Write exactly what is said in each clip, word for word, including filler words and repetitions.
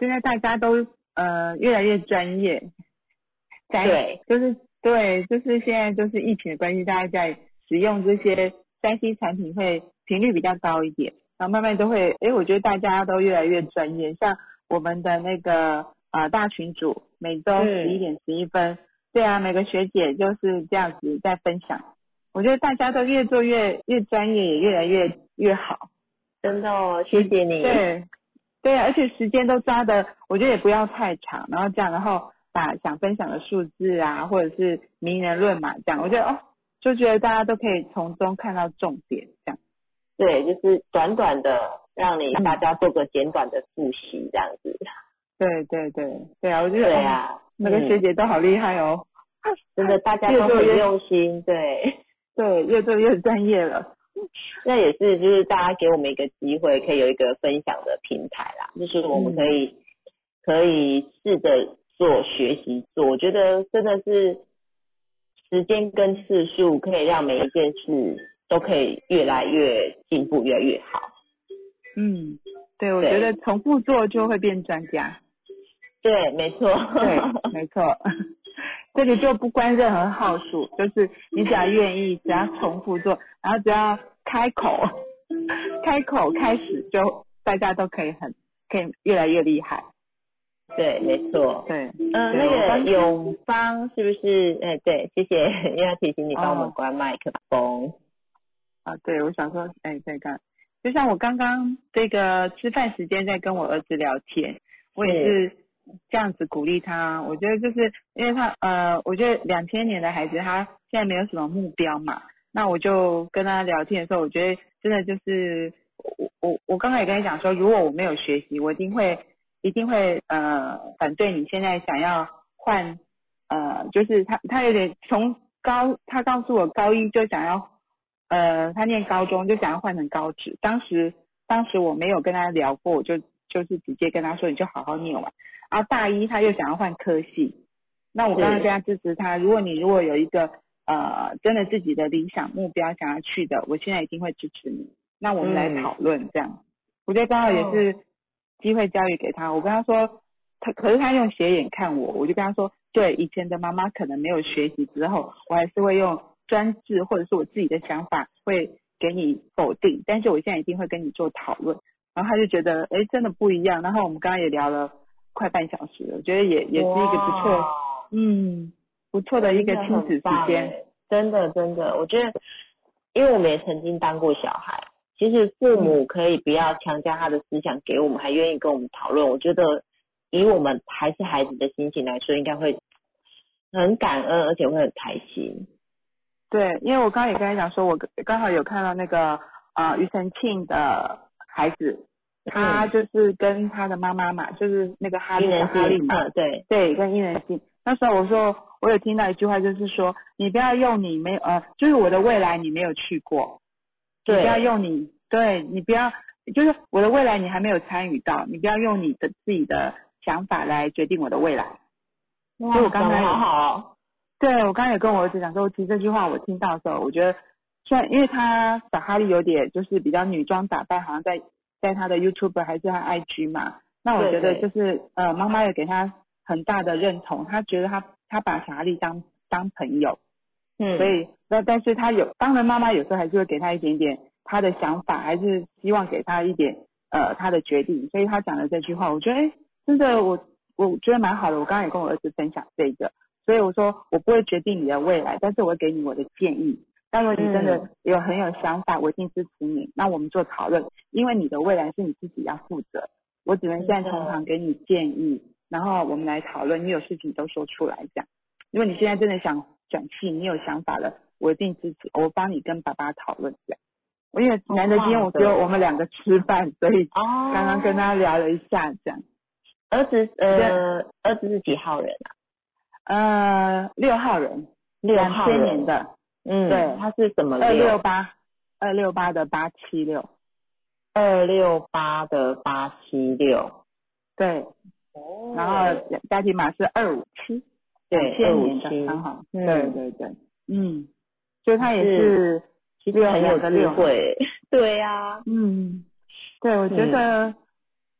现在大家都呃越来越专业， 对， 就是对，就是现在就是疫情的关系，大家在使用这些三 C 产品会频率比较高一点，然后慢慢都会，诶，我觉得大家都越来越专业，像我们的那个呃大群组，每周十一点十一分，对啊，每个学姐就是这样子在分享，我觉得大家都越做越越专业，也越来越越好。 真的哦，谢谢你。 对，对啊，而且时间都抓的，我觉得也不要太长，然后这样，然后把想分享的数字啊，或者是名人论嘛，这样，我觉得哦，就觉得大家都可以从中看到重点，这样。 对，就是短短的让你嗯大家做个简短的复习这样子。 对对对对啊，我觉得对啊， 哦，每个学姐都好厉害哦， 真的大家都很用心，对对，越做越专业了。 那也是就是大家给我们一个机会，可以有一个分享的平台啦，就是我们可以、嗯、可以试着做学习做，我觉得真的是时间跟次数可以让每一件事都可以越来越进步，越来越好。 嗯，对，我觉得重复做就会变专家。 对，没错。 对，没错。这个就不关任何号数，就是你只要愿意，只要重复做，然后只要开口，开口开始，就大家都可以很可以越来越厉害。 对，没错。 对， 嗯、呃，那个永芳是不是？哎，对，谢谢，要提醒你帮我们关麦克风。 哦、啊，对，我想说，哎，对，刚就像我刚刚这个吃饭时间在跟我儿子聊天，我也是这样子鼓励他。我觉得就是因为他呃，我觉得两千年的孩子他现在没有什么目标嘛，那我就跟他聊天的时候，我觉得真的就是我我我刚才也跟你讲说，如果我没有学习，我一定会一定会呃反对你现在想要换呃，就是他他有点从高，他告诉我高一就想要。呃，他念高中就想要换成高职，当时当时我没有跟他聊过，我就就是直接跟他说你就好好念完。然后大一他又想要换科系，那我刚刚跟他支持他，如果你如果有一个呃真的自己的理想目标想要去的，我现在一定会支持你。那我们来讨论这样，嗯、我觉得刚好也是机会教育给他。我跟他说，他可是他用斜眼看我，我就跟他说，对，以前的妈妈可能没有学习之后，我还是会用专制或者是我自己的想法会给你否定，但是我现在一定会跟你做讨论。然后他就觉得哎真的不一样，然后我们刚刚也聊了快半小时了，我觉得也也是一个不错嗯不错的一个亲子时间。 真的真的，我觉得因为我们也曾经当过小孩，其实父母可以不要强加他的思想给我们，还愿意跟我们讨论，我觉得以我们还是孩子的心情来说，应该会很感恩，而且会很开心。 对，因为我刚刚也跟他讲说，我刚好有看到那个呃庾澄庆的孩子，他就是跟他的妈妈嘛，就是那个哈利的哈利嘛， 嗯，对对，跟伊能静。那时候我说，我有听到一句话，就是说，你不要用你没有呃，就是我的未来你没有去过，你不要用你，对你不要，就是我的未来你还没有参与到，你不要用你的自己的想法来决定我的未来。 哇，所以我刚才好好哦。 对，我刚才也跟我儿子讲说，其实这句话我听到的时候，我觉得虽然因为他小哈利有点就是比较女装打扮，好像在在他的 YouTube 还是他 I G 嘛，那我觉得就是呃妈妈也给他很大的认同，他觉得他他把小哈利当当朋友，嗯，所以那但是他有，当然妈妈有时候还是会给他一点点他的想法，还是希望给他一点呃他的决定，所以他讲的这句话，我觉得哎真的我我觉得蛮好的，我刚刚也跟我儿子分享这个。所以我说我不会决定你的未来，但是我会给你我的建议。但如果你真的有很有想法，我一定支持你。那我们做讨论，因为你的未来是你自己要负责。我只能现在从旁给你建议，然后我们来讨论。你有事情都说出来讲。如果你现在真的想转系，你有想法了，我一定支持。我帮你跟爸爸讨论这样。我因为难得今天我只有我们两个吃饭，所以刚刚跟他聊了一下这样。 儿子呃，儿子是几号人啊？ 呃，六号人， 六号人， 两千年的， 嗯， 对， 他是什么六？ 二六八，二六八的八七六， 二六八的八七六， 对，哦，然后家庭码是二五七， 对， 二五七，刚好， 嗯， 对对对，嗯，所以他也是其实很有智慧，对呀、啊， 嗯，对，我觉得、嗯、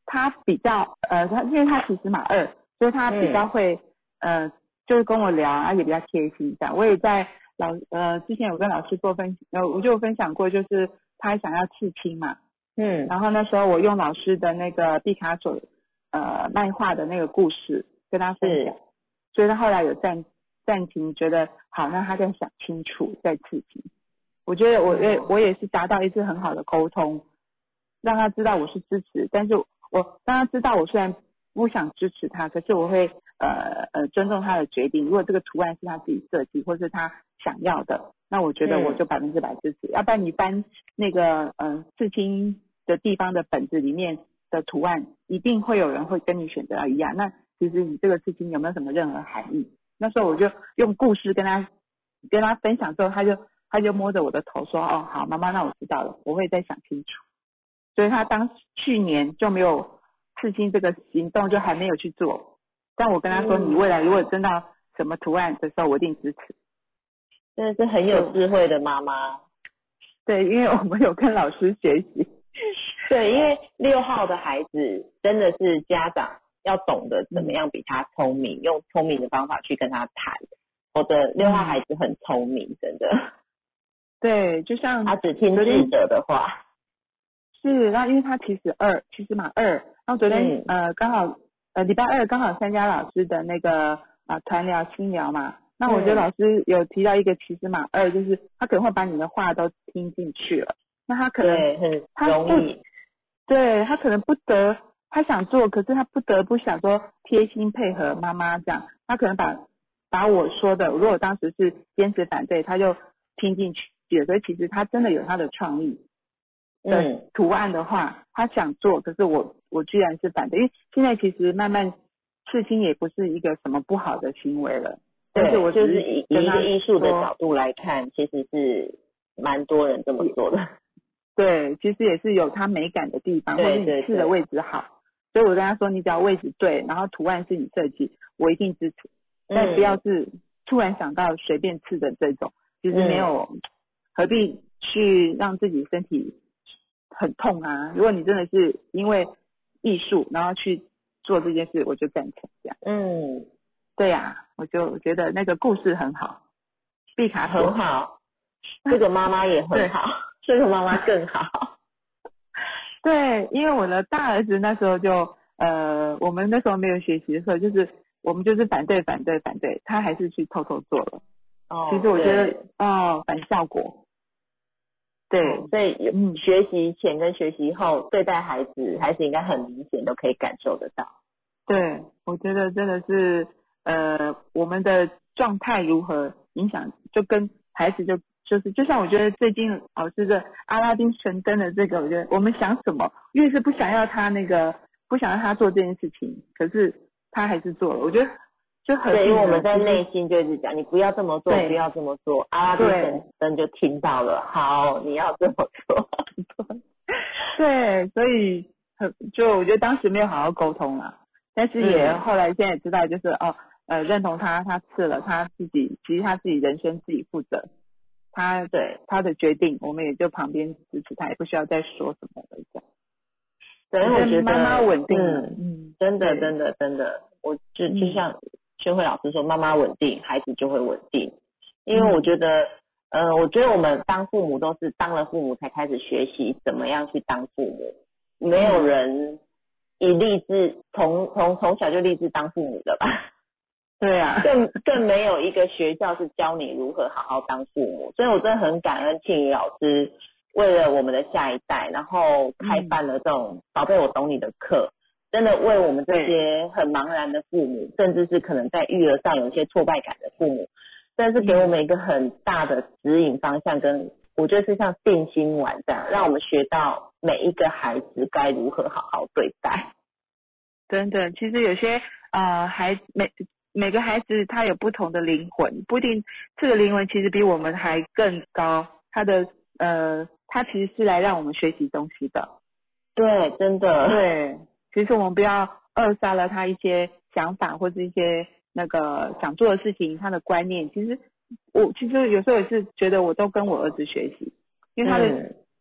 他比较呃，他因为他其实马二，所以他比较会、嗯、呃，就是跟我聊啊，也比较贴心这样。我也在老呃之前有跟老师做分呃，我就有分享过，就是他想要刺青嘛， 嗯， 然后那时候我用老师的那个毕卡索呃漫画的那个故事跟他分享，所以他后来有暂暂停，觉得好，那他再想清楚再刺青。我觉得我也我也是达到一次很好的沟通，让他知道我是支持，但是我让他知道我虽然不想支持他，可是我会呃呃尊重他的决定。如果这个图案是他自己设计或是他想要的，那我觉得我就百分之百支持。嗯、要不然你翻那个呃刺青的地方的本子里面的图案，一定会有人会跟你选择一样。那其实你这个刺青有没有什么任何含义？那时候我就用故事跟他跟他分享之后，他就他就摸着我的头说：“哦，好，妈妈，那我知道了，我会再想清楚。”所以他当去年就没有刺青这个行动，就还没有去做。但我跟他说：“你未来如果真到什么图案的时候，我一定支持。” 真的是很有智慧的妈妈。 对，因为我们有跟老师学习。 对，因为六号的孩子真的是家长要懂得怎么样比他聪明，嗯、用聪明的方法去跟他谈。我的六号孩子很聪明，真的。 对，就像他只听智者的话。 是，那因为他其实二，其实马二，然后昨天、嗯、呃刚好呃礼拜二刚好参加老师的那个啊团聊新聊嘛，那我觉得老师有提到一个其实马二，就是他可能会把你的话都听进去了，那他可能对很他容易， 对他可能不得他想做，可是他不得不想说贴心配合妈妈这样，他可能把把我说的，如果当时是坚持反对，他就听进去了，所以其实他真的有他的创意。的图案的话、嗯、他想做，可是我我居然是反对，因为现在其实慢慢刺青也不是一个什么不好的行为了，但是我就是以一个艺术的角度来看，其实是蛮多人这么做的。 对，其实也是有它美感的地方，或者你刺的位置好，所以我跟他说，你只要位置对，然后图案是你设计，我一定支持，但不要是突然想到随便刺的这种，其实没有、嗯、何必去让自己身体很痛啊！如果你真的是因为艺术然后去做这件事，我就赞成这样。 嗯， 对呀、啊，我就觉得那个故事很好，毕卡索很好，这个妈妈也很好，这个妈妈更好。 对，因为我的大儿子那时候就呃，我们那时候没有学习的时候，就是我们就是反对反对反对，他还是去偷偷做了。 哦， 其实我觉得哦，反效果。对， 嗯、所以嗯，学习前跟学习后对待孩子，孩子应该很明显都可以感受得到。 对，我觉得真的是呃，我们的状态如何影响，就跟孩子就就是就像我觉得最近老师的阿拉丁神灯的这个，我觉得我们想什么，越是不想要他那个不想让他做这件事情，可是他还是做了，我觉得就很对，因为我们在内心就一直讲，你不要这么做，不要这么做。阿拉丁神灯就听到了，好，你要这么做。 对，所以很就我觉得当时没有好好沟通啦，但是也后来现在也知道，就是哦呃认同他，他刺了，他自己其实他自己人生自己负责，他对他的决定，我们也就旁边支持他，也不需要再说什么了这样。 对，我觉得妈妈稳定了， 嗯嗯，真的真的真的，我就就像宣慧老师说，妈妈稳定，孩子就会稳定。因为我觉得，嗯、呃，我觉得我们当父母都是当了父母才开始学习怎么样去当父母，没有人一立志从从从小就立志当父母的吧？ 对啊， 更更没有一个学校是教你如何好好当父母，所以我真的很感恩庆怡老师为了我们的下一代，然后开办了这种宝贝我懂你的课，真的为我们这些很茫然的父母，甚至是可能在育儿上有一些挫败感的父母，真的是给我们一个很大的指引方向，跟我觉得是像定心丸这样，让我们学到每一个孩子该如何好好对待。 真的，其实有些呃孩每每个孩子他有不同的灵魂，不一定这个灵魂其实比我们还更高，他的呃他其实是来让我们学习东西的。 对，真的。 对，其实我们不要扼杀了他一些想法或者一些那个想做的事情，他的观念。其实我其实有时候也是觉得我都跟我儿子学习，因为他的、嗯、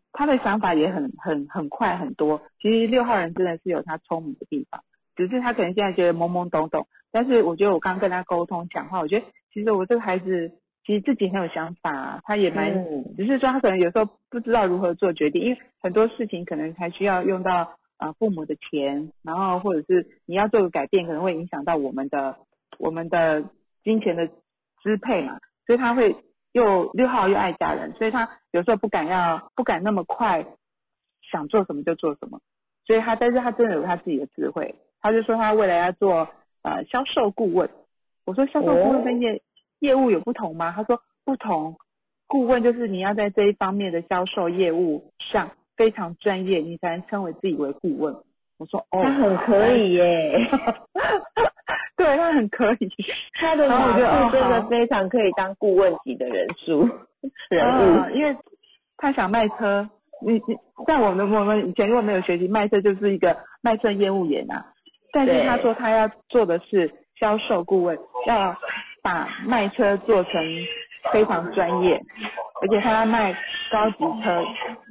他的想法也很很很快很多。其实六号人真的是有他聪明的地方，只是他可能现在觉得懵懵懂懂。但是我觉得我刚跟他沟通讲话，我觉得其实我这个孩子其实自己很有想法、啊，他也蛮、嗯，只是说他可能有时候不知道如何做决定，因为很多事情可能还需要用到呃父母的钱，然后或者是你要做个改变，可能会影响到我们的我们的金钱的支配嘛，所以他会又六号又爱家人，所以他有时候不敢要不敢那么快想做什么就做什么，所以他但是他真的有他自己的智慧，他就说他未来要做呃销售顾问。我说销售顾问跟业、哦、业务有不同吗？他说不同，顾问就是你要在这一方面的销售业务上非常专业，你才能称为自己为顾问。我说哦， 他很可以耶对，他很可以， 他的脑子真的非常可以当顾问级的人数人物、 呃、因为他想卖车，你你在我们我们以前如果没有学习卖车，就是一个卖车业务员啊，但是他说他要做的是销售顾问，要把卖车做成非常专业，而且他要卖高级车。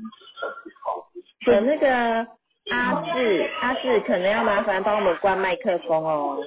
有那个阿志，阿志可能要麻烦帮我们关麦克风哦，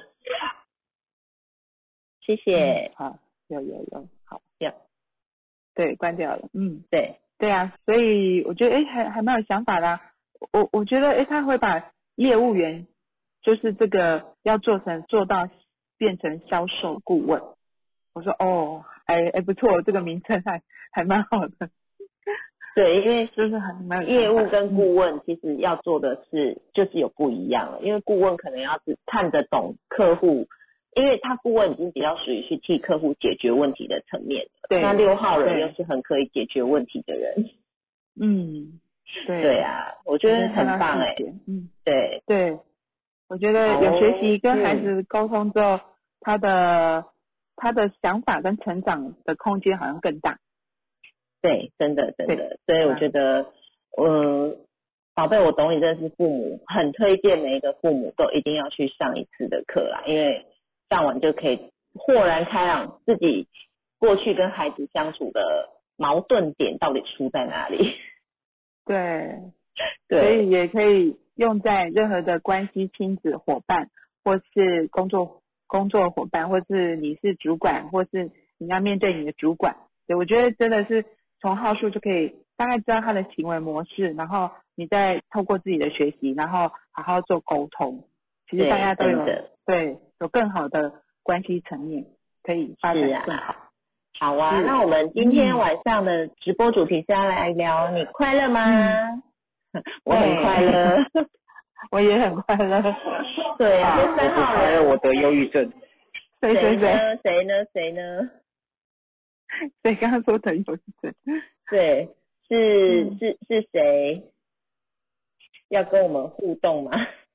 谢谢。 嗯、好，有有有，好， 有， 对，关掉了，嗯， 对， 对啊，所以我觉得哎，还还蛮有想法的、啊。我我觉得哎，他会把业务员就是这个要做成做到变成销售顾问。我说哦，哎哎不错，这个名称还还蛮好的。 对，因为就是很蛮业务跟顾问其实要做的是、嗯、就是有不一样了，因为顾问可能要只看得懂客户，因为他顾问已经比较属于去替客户解决问题的层面， 对， 那六号人又是很可以解决问题的人。 嗯，对， 对啊，我觉得很棒哎、欸， 嗯， 对对，我觉得有学习跟孩子沟通之后，嗯、他的他的想法跟成长的空间好像更大。 对，真的真的，所以我觉得，呃，宝贝，我懂你，真的是父母很推荐每一个父母都一定要去上一次的课啦，因为上完就可以豁然开朗，自己过去跟孩子相处的矛盾点到底出在哪里。 对， 对， 所以也可以用在任何的关系，亲子伙伴，或是工作工作伙伴，或是你是主管，或是你要面对你的主管。对，我觉得真的是从号数就可以大概知道他的行为模式，然后你再透过自己的学习，然后好好做沟通。其实大家都有 对, 对有更好的关系层面可以发展更好。 好啊，那我们今天晚上的直播主题是要来聊你快乐吗？嗯、我很快乐， 我也很快乐。 对啊，这三号人我得忧郁症。 谁谁谁谁呢？谁呢？ 谁刚刚说得忧郁症？ 对，是、嗯、是是谁要跟我们互动吗？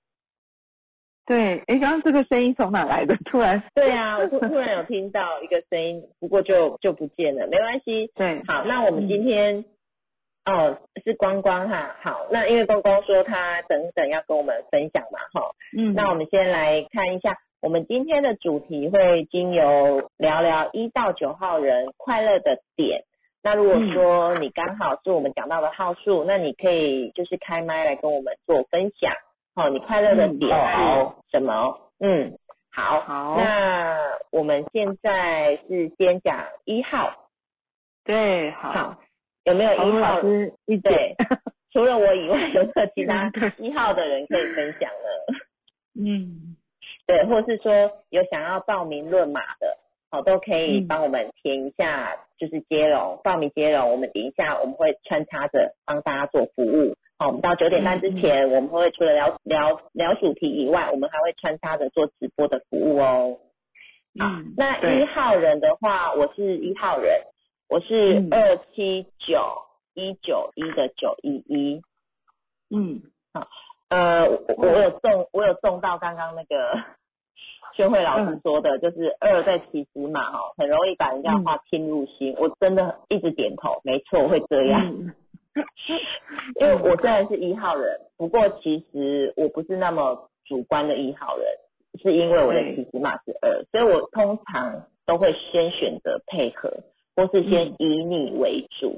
对，哎，刚刚这个声音从哪来的？突然， 对啊，我突突然有听到一个声音，不过就就不见了，没关系。 对， 好，那我们今天、嗯、哦是光光哈，好，那因为光光说他等等要跟我们分享嘛，哈，嗯，那我们先来看一下，我们今天的主题会经由聊聊一到九号人快乐的点。那如果说你刚好是我们讲到的号数，嗯、那你可以就是开麦来跟我们做分享。哦，你快乐的点是什么？嗯，嗯好， 好， 那我们现在是先讲一号， 对，好， 好有没有一号？对，除了我以外，有没有其他一号的人可以分享呢？ 嗯， 对，或是说有想要报名论码的，好，都可以帮我们填一下，就是接龙，报名接龙，我们等一下我们会穿插着帮大家做服务。好，我们到九点半之前，嗯、我们会除了聊聊聊主题以外，我们还会穿插着做直播的服务哦。好，嗯、那一号人的话，我是一号人，我是二七九一九一的九一一。嗯，好，呃，我我有中，我有中到刚刚那个宣慧老师说的，嗯、就是二在起始码哈，很容易把人家话听入心。嗯、我真的一直点头，没错，会这样。嗯因为我虽然是一号人，不过其实我不是那么主观的一号人，是因为我的起始码是二，所以我通常都会先选择配合，或是先以你为主。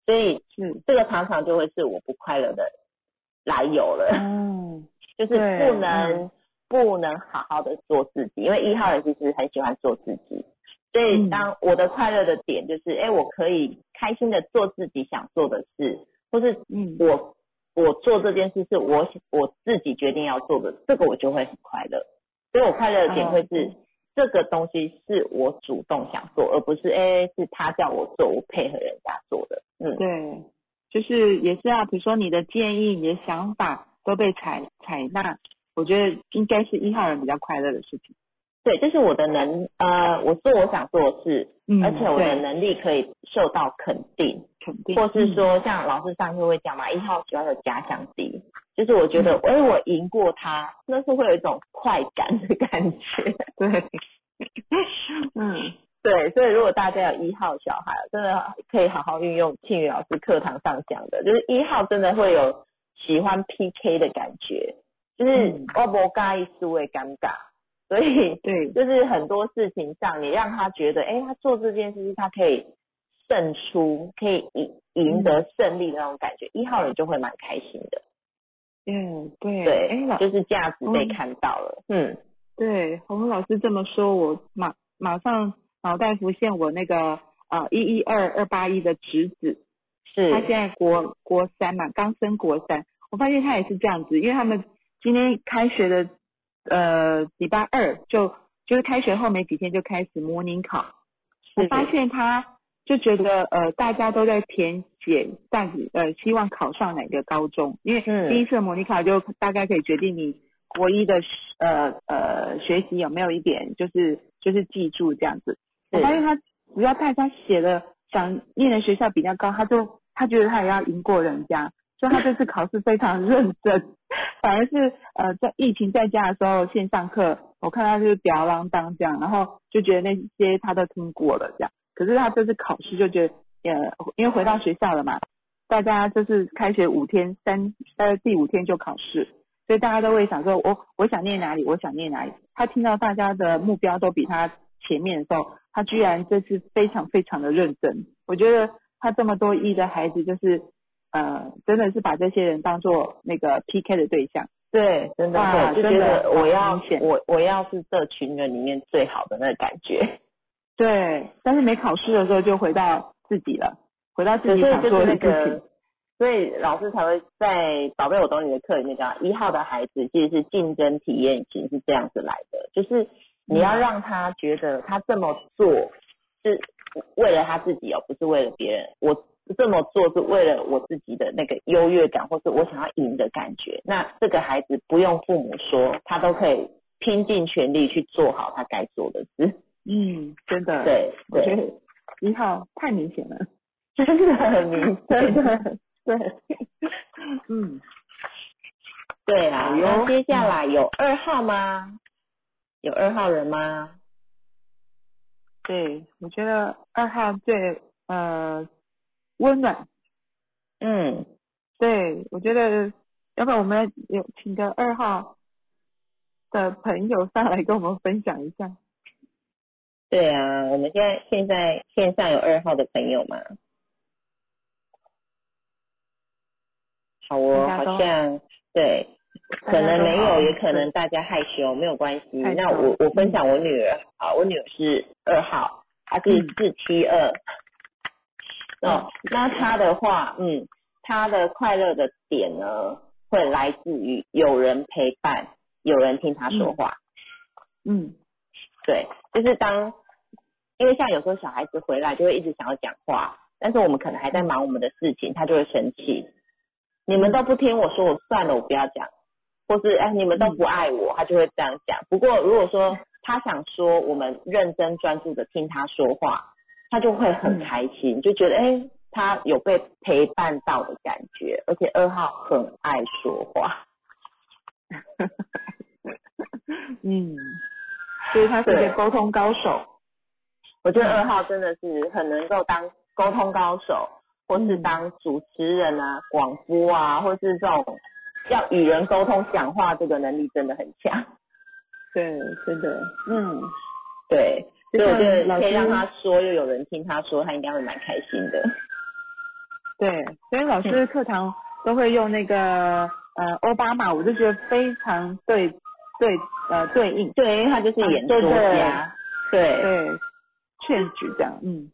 所以是这个常常就会是我不快乐的来由了。 嗯， 就是不能、 嗯、 不能好好的做自己，因为一号人其实很喜欢做自己，所以当我的快乐的点就是，哎、嗯，我可以开心的做自己想做的事，或是我、嗯、我做这件事是我我自己决定要做的，这个我就会很快乐。所以我快乐的点会是、哦、这个东西是我主动想做，而不是哎是他叫我做，我配合人家做的。嗯， 对，就是也是啊，比如说你的建议、你的想法都被采采纳，我觉得应该是一号人比较快乐的事情。 对，这是我的能呃，我做我想做的事，嗯、而且我的能力可以受到肯定， 肯定， 或是说、嗯、像老师上次会讲嘛，一号喜欢有假想敌，就是我觉得哎、嗯，我赢过他，那是会有一种快感的感觉。 对，嗯， 对，所以如果大家有一号小孩，真的可以好好运用庆宇老师课堂上讲的，就是一号真的会有喜欢 P K 的感觉，就是我不介意输的尴尬。所以，对，就是很多事情上，你让他觉得，哎，他做这件事，他可以胜出，可以赢赢得胜利的那种感觉，一、嗯、号人就会蛮开心的。 嗯，对， 对，哎，就是价值被看到了。嗯， 嗯对，洪洪老师这么说，我马马上脑袋浮现我那个呃一一二二八一的侄子， 是， 他现在国国三嘛，刚升国三，我发现他也是这样子，因为他们今天开学的。呃，礼拜二就就是开学后没几天就开始模拟考，我发现他就觉得呃大家都在填写但呃希望考上哪个高中，因为第一次模拟考就大概可以决定你国一的呃呃学习有没有一点就是就是记住这样子。我发现他只要大家写的想念的学校比较高，他就他觉得他也要赢过人家。所以他这次考试非常认真，反而是呃在疫情在家的时候线上课，我看他就是吊儿郎当这样，然后就觉得那些他都听过了这样。可是他这次考试就觉得呃因为回到学校了嘛，大家就是开学五天，三呃第五天就考试，所以大家都会想说我我想念哪里，我想念哪里。他听到大家的目标都比他前面的时候，他居然这次非常非常的认真。我觉得他这么多亿的孩子就是。呃，真的是把这些人当做那个 P K 的对象， 对，真的会，就觉得我要我我要是这群人里面最好的那个感觉。 对，但是没考试的时候就回到自己了，回到自己想做的事情。 那个、所以老师才会在宝贝我懂你的课里面讲，一号的孩子其实是竞争体验型是这样子来的，就是你要让他觉得他这么做是为了他自己哦，不是为了别人。我。这么做是为了我自己的那个优越感，或是我想要赢的感觉。那这个孩子不用父母说，他都可以拼尽全力去做好他该做的事。 嗯，真的， 对， 我觉得一号太明显了， 真的很明显， 真的，对，嗯， 对啊。那接下来有二号吗？有二号人吗？ 对，我觉得二号最呃。温暖， 嗯， 对，我觉得要不然我们有请个二号的朋友上来跟我们分享一下。 对啊，我们现在现在线上有二号的朋友吗？好哦，好像对，可能没有，也可能大家害羞，没有关系。那我我分享我女儿，啊、嗯，我女儿是二号，她是四七二。哦，那他的话，嗯，他的快乐的点呢，会来自于有人陪伴，有人听他说话。 嗯，嗯对，就是当，因为像有时候小孩子回来就会一直想要讲话，但是我们可能还在忙我们的事情，他就会生气。你们都不听我说，我算了，我不要讲，或是哎你们都不爱我，他就会这样讲。不过如果说他想说，我们认真专注的听他说话。他就会很开心，嗯、就觉得哎、欸，他有被陪伴到的感觉，而且二号很爱说话， 嗯，所以他是一个沟通高手。 我觉得二号真的是很能够当沟通高手，或是当主持人啊、广播啊，或是这种要与人沟通讲话这个能力真的很强。 对，真的，嗯， 对。所以我觉得可以让他说，又有人听他说，他应该会蛮开心的。 对，所以老师课堂都会用那个呃奥巴马，我就觉得非常对对呃对应， 对，因为他就是演说家，对对，劝举这样，嗯，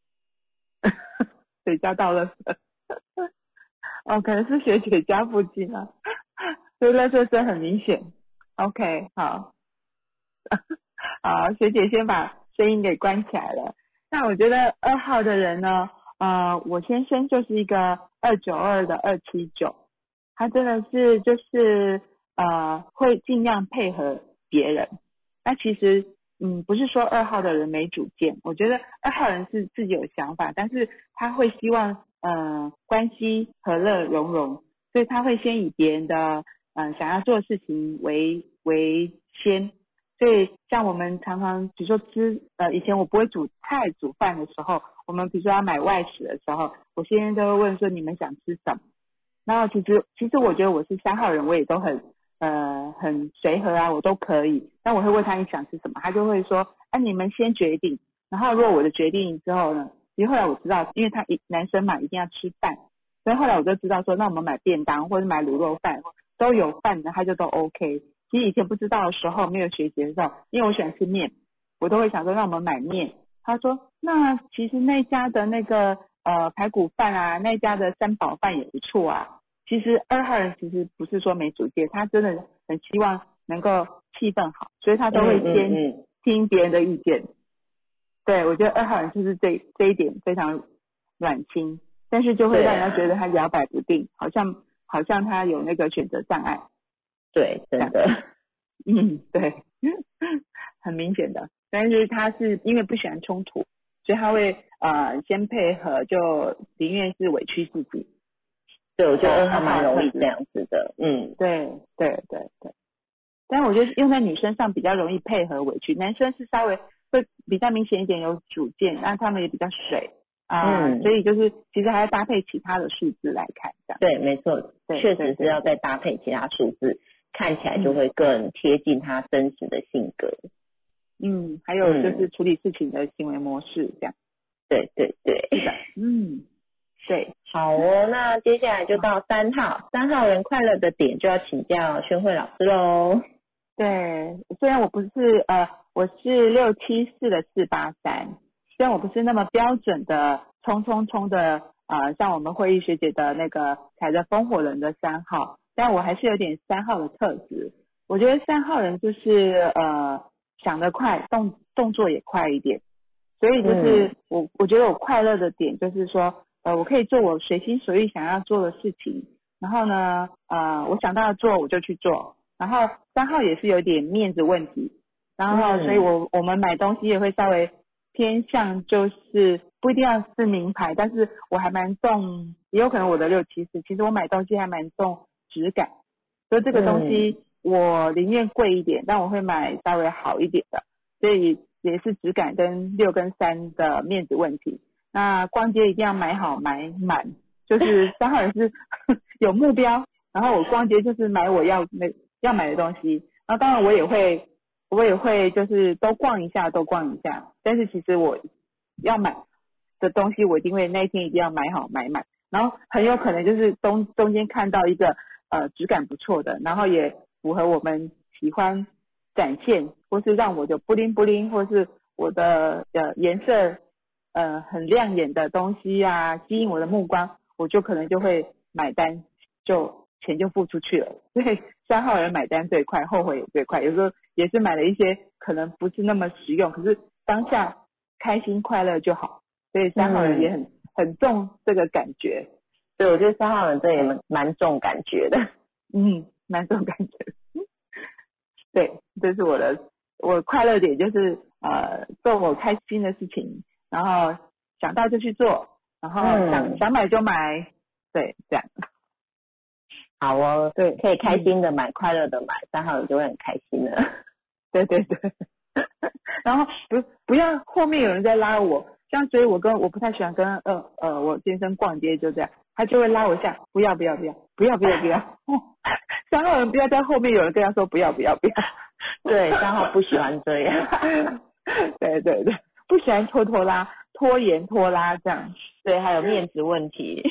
水家到了，哦，可能是学姐家附近啊，所以垃圾声很明显。OK， 好，好，学姐先把声音给关起来了。那我觉得二号的人呢，呃，我先生就是一个二九二的二七九，他真的是就是呃会尽量配合别人。那其实嗯不是说二号的人没主见，我觉得二号人是自己有想法，但是他会希望呃关系和乐融融，所以他会先以别人的呃想要做的事情为为先。所以像我们常常比如说吃呃以前我不会煮菜煮饭的时候，我们比如说要买外食的时候，我先生都会问说你们想吃什么。然后其实其实我觉得我是三号人，我也都很呃很随和啊，我都可以。但我会问他你想吃什么，他就会说啊你们先决定。然后如果我的决定之后呢，其实后来我知道，因为他一男生嘛一定要吃饭，所以后来我就知道说，那我们买便当或者买卤肉饭都有饭的，他就都 OK。其实以前不知道的时候，没有学习的时候，因为我喜欢吃面，我都会想说让我们买面。他说那其实那家的那个呃排骨饭啊，那家的三宝饭也不错啊。其实二号人其实不是说没主见，他真的很希望能够气氛好，所以他都会先听别人的意见。嗯嗯嗯对，我觉得二号人就是这这一点非常软心，但是就会让人家觉得他摇摆不定，好像好像他有那个选择障碍。 对，真的， 嗯，对，很明显的。但是他是因为不喜欢冲突，所以他会呃先配合，就宁愿是委屈自己。 对，我觉得二号蛮容易这样子的，嗯， 对对对对。但我觉得用在女生上比较容易配合委屈，男生是稍微会比较明显一点有主见，那他们也比较水啊、呃嗯，所以就是其实还要搭配其他的数字来看，这样。 对，没错，确实是要再搭配其他数字。看起来就会更贴近他真实的性格。 嗯，还有就是处理事情的行为模式这样。 对对对， 是的，嗯，对。 好哦，那接下来就到三号，三号人快乐的点就要请教宣慧老师喽。 对，虽然我不是呃，我是六七四的四八三，虽然我不是那么标准的冲冲冲的呃，像我们会议学姐的那个踩着风火轮的三号。但我还是有点三号的特质，我觉得三号人就是呃想得快，动动作也快一点，所以就是、嗯、我我觉得我快乐的点就是说，呃，我可以做我随心所欲想要做的事情，然后呢，呃，我想到要做我就去做，然后三号也是有点面子问题，然后所以我我们买东西也会稍微偏向就是不一定要是名牌，但是我还蛮重，也有可能我的六七四，其实我买东西还蛮重质感，所以这个东西我宁愿贵一点，但我会买稍微好一点的，所以也是质感跟六跟三的面子问题。那逛街一定要买好买满，就是三号人是有目标，然后我逛街就是买我要那要买的东西，然后当然我也会我也会就是都逛一下都逛一下，但是其实我要买的东西我一定会那一天一定要买好买满，然后很有可能就是中中间看到一个呃质感不错的，然后也符合我们喜欢展现或是让我的布灵布灵或是我的呃颜色呃很亮眼的东西啊吸引我的目光，我就可能就会买单，就钱就付出去了。所以三号人买单最快，后悔也最快，有时候也是买了一些可能不是那么实用，可是当下开心快乐就好，所以三号人也很、嗯、很重这个感觉。 对，我觉得三号人这也蛮蛮重感觉的， 嗯，蛮重感觉。对，这是我的我快乐点，就是呃做我开心的事情，然后想到就去做，然后想、嗯、想买就买，对，这样。 好哦，对，可以开心的买，嗯、快乐的买，三号人就会很开心的。 对对对。然后不不要后面有人在拉我，像所以我跟我不太喜欢跟呃呃我先生逛街，就这样，他就会拉我下，不要不要不要不要不要不要，三号人不要在后面有人跟他说不要不要不要， 对，三号不喜欢这样， 对对对，不喜欢拖拖拉拖延拖拉这样， 对，还有面子问题，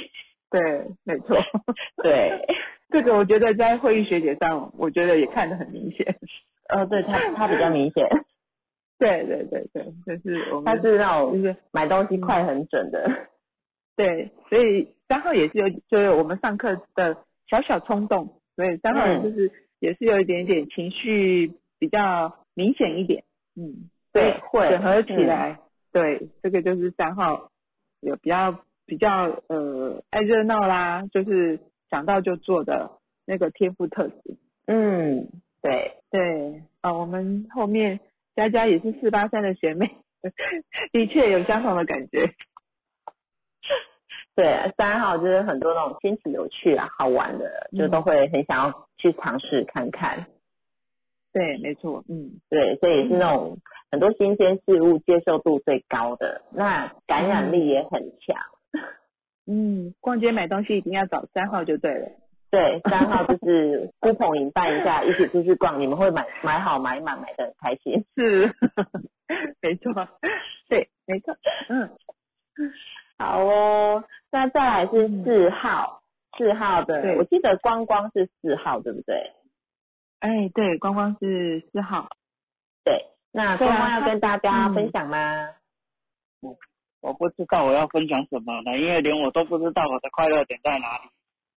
对，没错。 对， 这个我觉得在会议学姐上，我觉得也看得很明显。 呃，对他他比较明显。 对对对对，就是我们他是那种就是买东西快很准的。嗯、 对，所以三号也是有，就是我们上课的小小冲动，所以三号人就是、嗯、也是有一点点情绪比较明显一点，嗯， 对，会整合起来、嗯，对，这个就是三号有比较比较呃爱热闹啦，就是想到就做的那个天赋特质。 嗯，对对啊、呃，我们后面佳佳也是四八三的学妹，的确有相同的感觉。 对，三号就是很多那种新奇有趣啊、好玩的，就都会很想要去尝试看看。 对，没错，嗯， 对，所以是那种很多新鲜事物接受度最高的，那感染力也很强。 嗯，逛街买东西一定要找三号就对了。 对，三号就是呼朋引伴一下，一起出去逛，你们会买买好买满，买得很开心。 是，没错，对，没错，嗯， 好哦，那再来是四号，四、嗯、号的，我记得光光是四号，对不对？ 哎，对，光光是四号。 对，那光光要跟大家分享吗？ 我、嗯、我不知道我要分享什么呢，因为连我都不知道我的快乐点在哪里。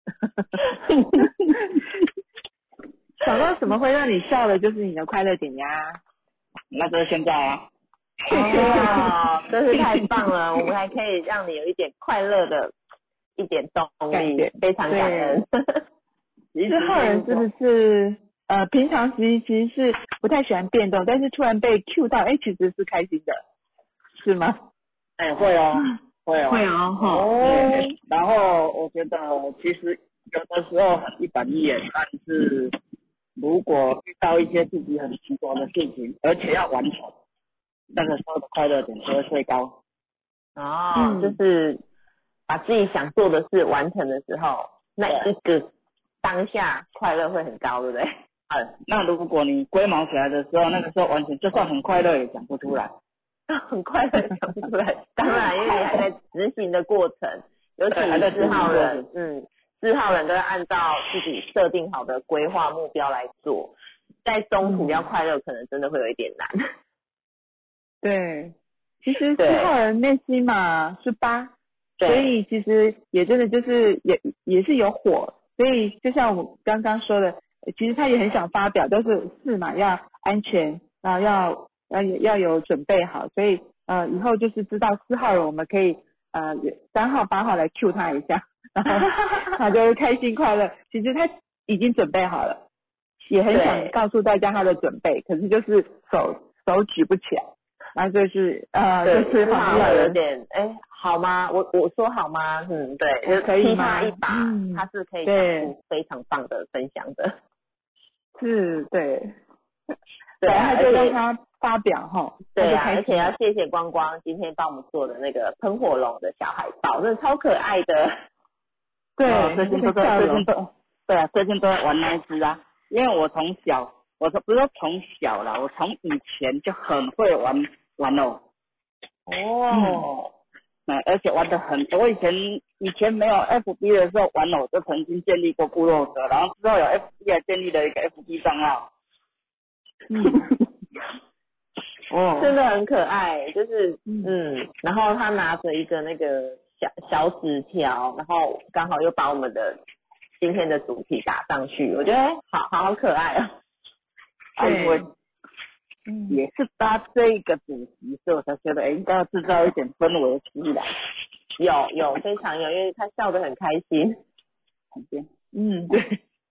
想到什么会让你笑的，就是你的快乐点呀。 那就是现在啊。 哦，真是太棒了！我们还可以让你有一点快乐的一点动力，非常感恩。 四号人是不是呃平常其实其实是不太喜欢变动，但是突然被 Q 到，哎，其实是开心的，是吗？ 哎，会哦，会哦， 会哦，哈。 哦。然后我觉得其实有的时候很一板一眼，但是如果遇到一些自己很执着的事情，而且要完成，那个时候的快乐点就会最高。 哦、嗯，就是把自己想做的事完成的时候，那一个当下快乐会很高，对不对？ 哎，那如果你龟毛起来的时候，那个时候完全就算很快乐也讲不出来。 很快乐讲不出来，当然，因为你还在执行的过程，尤其四号人，嗯，四号人都要按照自己设定好的规划目标来做，在中途要快乐，可能真的会有一点难。 对，其实四号人内心嘛是八，所以其实也真的就是也也是有火，所以就像我刚刚说的，其实他也很想发表，但是四嘛要安全，然后要要要有准备好，所以呃以后就是知道四号人我们可以呃三号八号来 Q 他一下，然后他就会开心快乐。其实他已经准备好了，也很想告诉大家他的准备，可是就是手手举不起来。然后就是呃，就是四号有点哎，好吗？我我说好吗？嗯，对，就踢他一把，嗯、他是可以讲出非常棒的分享的。 是，对， 对啊， 就让他发表哈。 对啊，而且要谢谢光光今天帮我们做的那个喷火龙的小海报，真的超可爱的。 对， 哦、最近都在最近都对啊，最近都在玩那一只啊，因为我从小。我说不是说从小啦，我从以前就很会玩玩偶。 哦。 嗯，而且玩的很多。我以前以前没有 F B 的时候玩偶，就曾经建立过部落格，然后之后有 F B 还建立了一个 F B 账号。 嗯。哦。真的很可爱，就是嗯，然后他拿着一个那个小小纸条，然后刚好又把我们的今天的主题打上去，我觉得好好好可爱哦。 因为也是搭这个主题，所以我才觉得，哎，应该要制造一点氛围出来。 有有非常有，因为他笑得很开心。 嗯，对。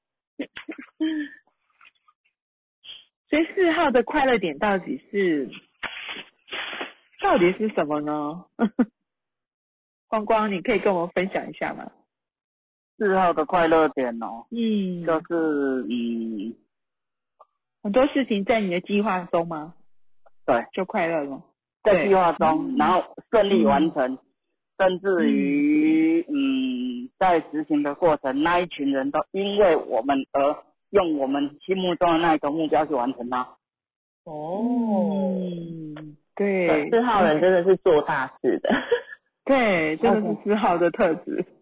所以四号的快乐点到底是到底是什么呢？光光，你可以跟我们分享一下吗？ 四号的快乐点哦， 嗯， 就是嗯。 很多事情在你的计划中吗？ 对， 就快乐了。 在计划中，然后顺利完成，嗯、甚至于嗯，在执行的过程，那一群人都因为我们而用我们心目中的那一个目标去完成它。 哦， 嗯，对， 四号人真的是做大事的。 对，真的是四号的特质。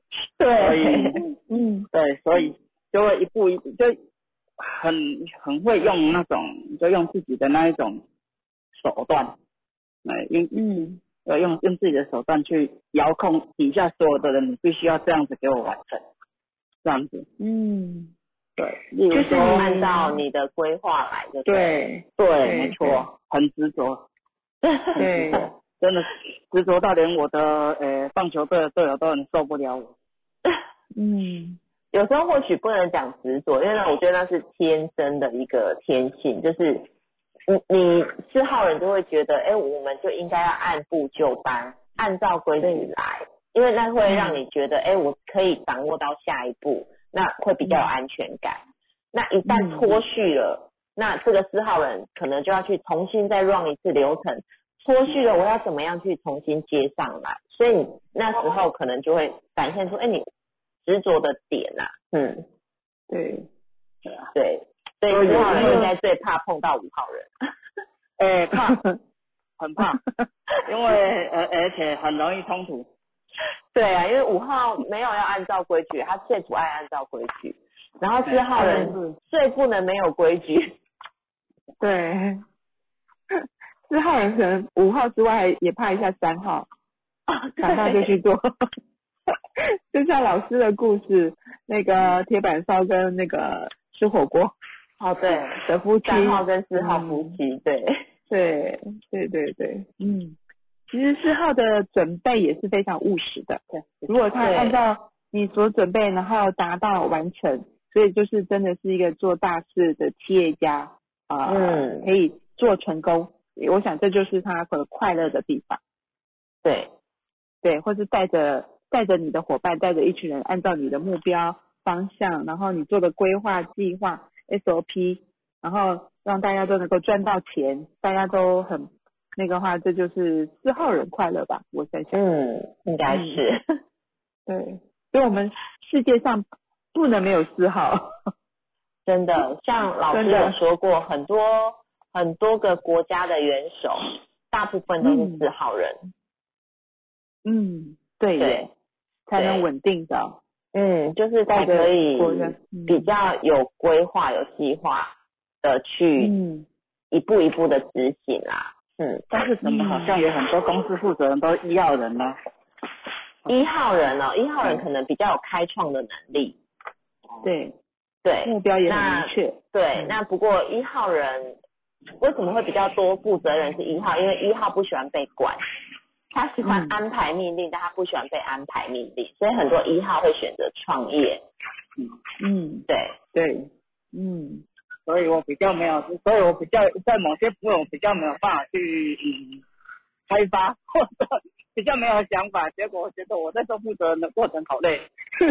所以对，嗯， 对，所以就会一步一步就很很会用那种，就用自己的那一种手段，呃，用嗯， 呃用用自己的手段去遥控底下所有的人，你必须要这样子给我完成，这样子， 嗯， 对，例如就是说， 按照你的规划来就对。 对， 对， 对没错，很执着，很执对， 着，真的执着到连我的呃棒球队的队友都很受不了我。 嗯， 有时候或许不能讲执着，因为呢，我觉得那是天生的一个天性，就是你你四号人就会觉得，哎，我们就应该要按部就班，按照规矩来，因为那会让你觉得，哎，我可以掌握到下一步，那会比较有安全感。那一旦脱序了，那这个四号人可能就要去重新再 run 一次流程，脱序了，我要怎么样去重新接上来？所以你那时候可能就会展现出，哎，你执着的点啊，嗯， 对， 对，所以四号人应该最怕碰到五号人， 哎、怕，很怕，因为呃而且很容易冲突。 对啊，因为五号没有要按照规矩，他最不爱按照规矩，然后四号人嗯最不能没有规矩， 对，四号人可能五号之外也怕一下三号，想到就去做。就像老师的故事，那个铁板烧跟那个吃火锅哦对， 的夫妻， 三号跟四号夫妻，对， 对对对对，嗯，其实四号的准备也是非常务实的， 对， 如果他对按照你所准备，然后达到完成，所以就是真的是一个做大事的企业家啊、呃嗯可以做成功，我想这就是他很快乐的地方， 对， 对，或是带着带着你的伙伴，带着一群人，按照你的目标方向，然后你做的规划计划 S O P， 然后让大家都能够赚到钱，大家都很那个话，这就是四号人快乐吧，我在想， 嗯，应该是， 对，所以我们世界上不能没有四号， 真的，像老师真的有说过，很多很多个国家的元首，大部分都是四号人， 嗯，对对耶，才能稳定的， 嗯，就是才可以国家嗯比较有规划、有计划的去嗯， 一步一步的执行啦。嗯， 但是怎么好像有很多公司负责人都一号人呢？ 一号人哦，一号人可能比较有开创的能力， 对， 对， 目标也很那明确， 对， 嗯那不过一号人为什么会比较多负责人是一号？因为一号不喜欢被管，他喜欢嗯安排命令，但他不喜欢被安排命令，所以很多一号会选择创业。 嗯， 对， 对，嗯。 所以我比较没有，所以我比较在某些部分我比较没有办法去嗯开发，或者比较没有想法，结果我觉得我在做负责人的过程好累。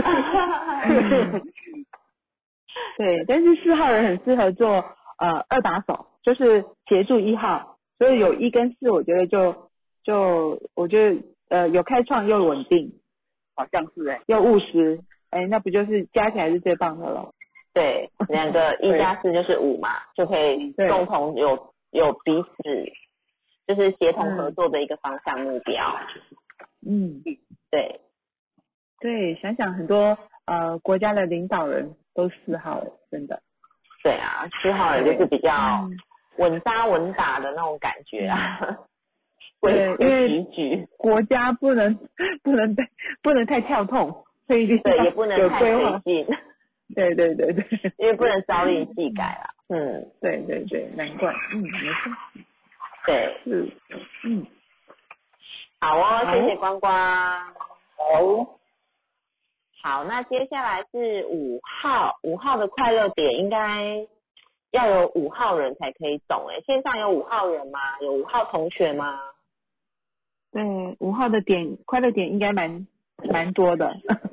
对，但是四号人很适合做呃二把手，就是协助一号，所以有一跟四，我觉得就就我觉得呃有开创又稳定， 好像是哎、 又务实，哎，那不就是加起来是最棒的了？ 对，两个一加四就是五嘛，就可以对共同有有彼此就是协同合作的一个方向目标。 嗯， 对， 对，想想很多呃国家的领导人都四号了，真的。 对啊，四号人就是比较嗯稳扎稳打的那种感觉啊， 对规因为规矩矩， 国家不能不能不能太跳痛，所以一定对， 要也不能太有规划随。性， 对对对对。 因为不能朝令夕改啦。嗯， 对对对，难怪，嗯，没错， 对， 是，嗯， 好哦， 好谢谢光光。 好， 好，那接下来是五号，五号的快乐点应该要有五号人才可以懂诶。线上有五号人吗？有五号同学吗？ 对，五号的点快乐点应该蛮蛮多的，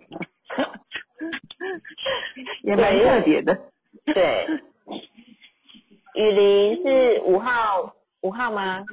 也蛮特别的。 对，雨林是五号，五号吗？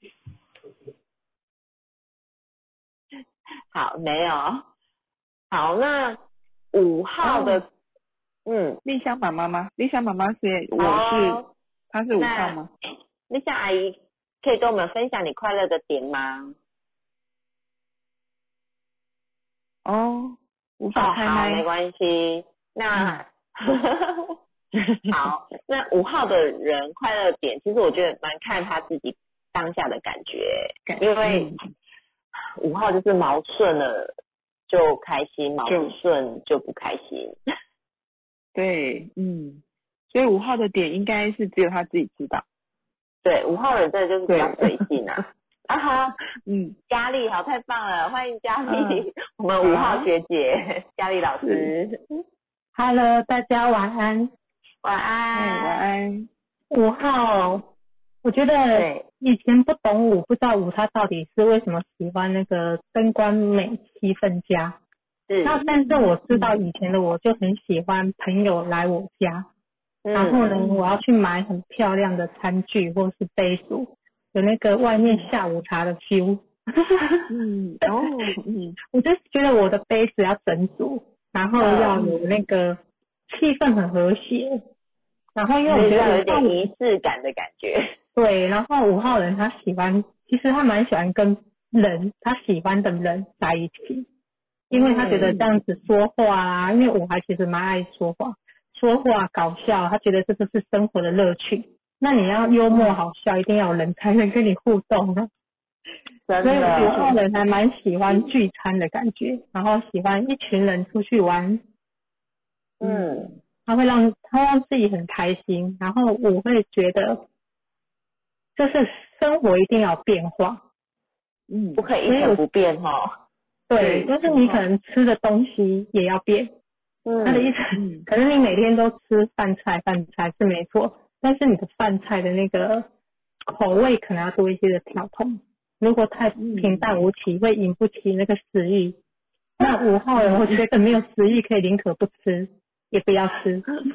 好，没有。好，那五号的， 哦嗯， 丽香妈妈吗？丽香妈妈是我是， 哦她是五号吗？ 那夏阿姨可以跟我们分享你快乐的点吗？ 哦， 无法开麦。 哦、好，没关系。那、嗯、好，那五号的人快乐点，其实我觉得蛮看他自己当下的感觉，因为五号就是毛顺了就开心，毛不顺就不开心。 对，嗯，所以五号的点应该是只有他自己知道。 对，五号人真的就是比较随性啊。啊哈， 嗯， 佳丽好，太棒了，欢迎佳丽，嗯、我们五号学姐佳丽老师。 Hello， 大家晚安。 晚安。 晚安。 五号，我觉得以前不懂舞，不知道舞他到底是为什么喜欢那个灯光美、气氛佳。 是。 那但是我知道以前的我就很喜欢朋友来我家， 嗯、 然后呢，我要去买很漂亮的餐具或是杯组，有那个外面下午茶的 feel。 嗯，哦，嗯， 我就觉得我的杯子要整组，然后要有那个气氛很和谐，然后因为我觉得有点仪式感的感觉。 对，然后五号人他喜欢，其实他蛮喜欢跟人，他喜欢的人在一起，因为他觉得这样子说话啊，因为我还其实蛮爱说话，说话搞笑，他觉得这就是生活的乐趣。那你要幽默好笑，一定要有人才能跟你互动啊。 真的， 所以五号人还蛮喜欢聚餐的感觉，然后喜欢一群人出去玩。 嗯， 他会让他让自己很开心，然后我会觉得，就是生活一定要变化， 嗯，不可以一成不变哈、哦。 对，就是你可能吃的东西也要变。 嗯， 他的意思，嗯、可能你每天都吃饭菜，饭菜是没错，但是你的饭菜的那个口味可能要多一些的调控。如果太平淡无奇，会引不起那个食欲。那五号人，我觉得没有食欲可以宁可不吃，也不要吃。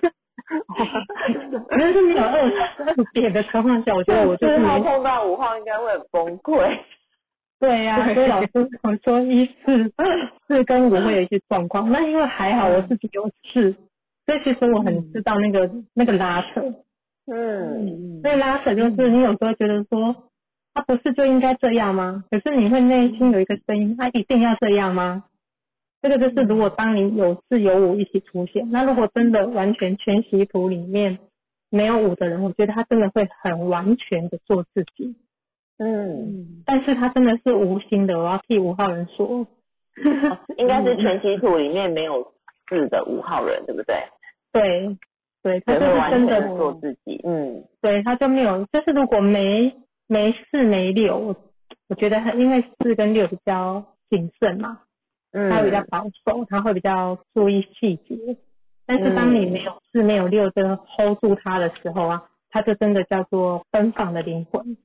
可是没有饿饿扁的情况下，我觉得我就是没碰到五号应该会很崩溃。 对呀、啊，所以老师我说一四四跟五会有一些状况。那因为还好我自己有四，所以其实我很知道那个、嗯、那个拉扯。 嗯， 所以拉扯就是你有时候觉得说。他不是就应该这样吗？可是你会内心有一个声音，他一定要这样吗？这个就是如果当你有四有五一起出现，那如果真的完全全息图里面没有五的人，我觉得他真的会很完全的做自己。 嗯， 但是他真的是无心的，我要替五号人说。 哦、应该是全息图里面没有四的五号人，对不对？ 对，对，他就是真的做自己。嗯， 对，他就没有，就是如果没。没四没六，我我觉得因为四跟六比较谨慎嘛，嗯，他比较保守，他会比较注意细节。但是当你没有四没有六的 hold 住他的时候啊，他就真的叫做奔放的灵魂。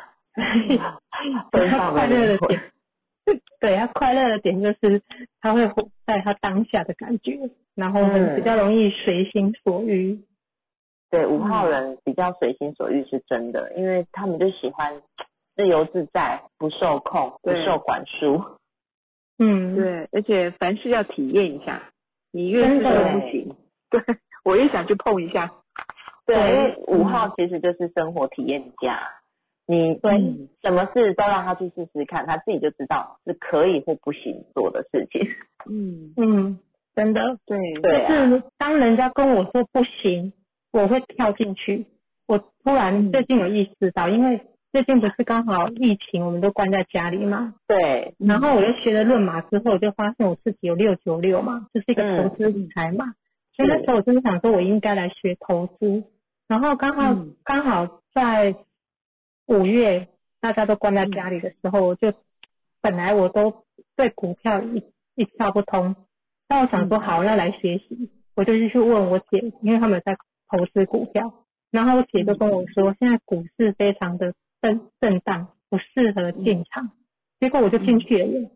奔放的灵魂。 对，他快乐的点就是他会活在他当下的感觉，然后很比较容易随心所欲。 对，五号人比较随心所欲是真的，因为他们就喜欢自由自在，不受控，不受管束。 嗯，对，而且凡事要体验一下，你越是说不行，对，我也想去碰一下。 对，因为五号其实就是生活体验家，你对什么事都让他去试试看，他自己就知道是可以或不行做的事情。 嗯嗯，真的， 对， 对啊， 就是当人家跟我说不行。我会跳进去，我突然最近有意识到，因为最近不是刚好疫情，我们都关在家里嘛。 对。 然后我又学了论码之后，我就发现我自己有六九六嘛，就是一个投资理财嘛。嗯、所以那时候我真的想说，我应该来学投资。然后刚好刚、嗯、好在五月大家都关在家里的时候，我就本来我都对股票一一窍不通，但我想说好，那来学习。我就去问我姐，因为他们在投资股票，然后我姐就跟我说，现在股市非常的震震荡，不适合进场。结果我就进去了耶。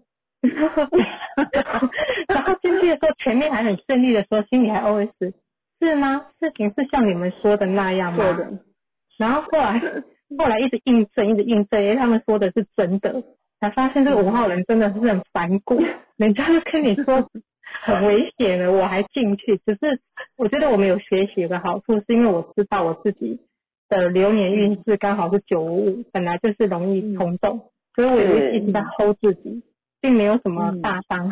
然后进去的时候，前面还很顺利的时候，心里还 O S 是吗？事情是像你们说的那样吗？ 对的。 然后后来后来一直印证，一直印证，因为他们说的是真的，才发现这个五号人真的是很反骨，人家就跟你说。很危险的，我还进去。只是我觉得我们有学习的好处，是因为我知道我自己的流年运势刚好是九五五，本来就是容易冲动，所以我有一直在 hold 自己，并没有什么大伤害。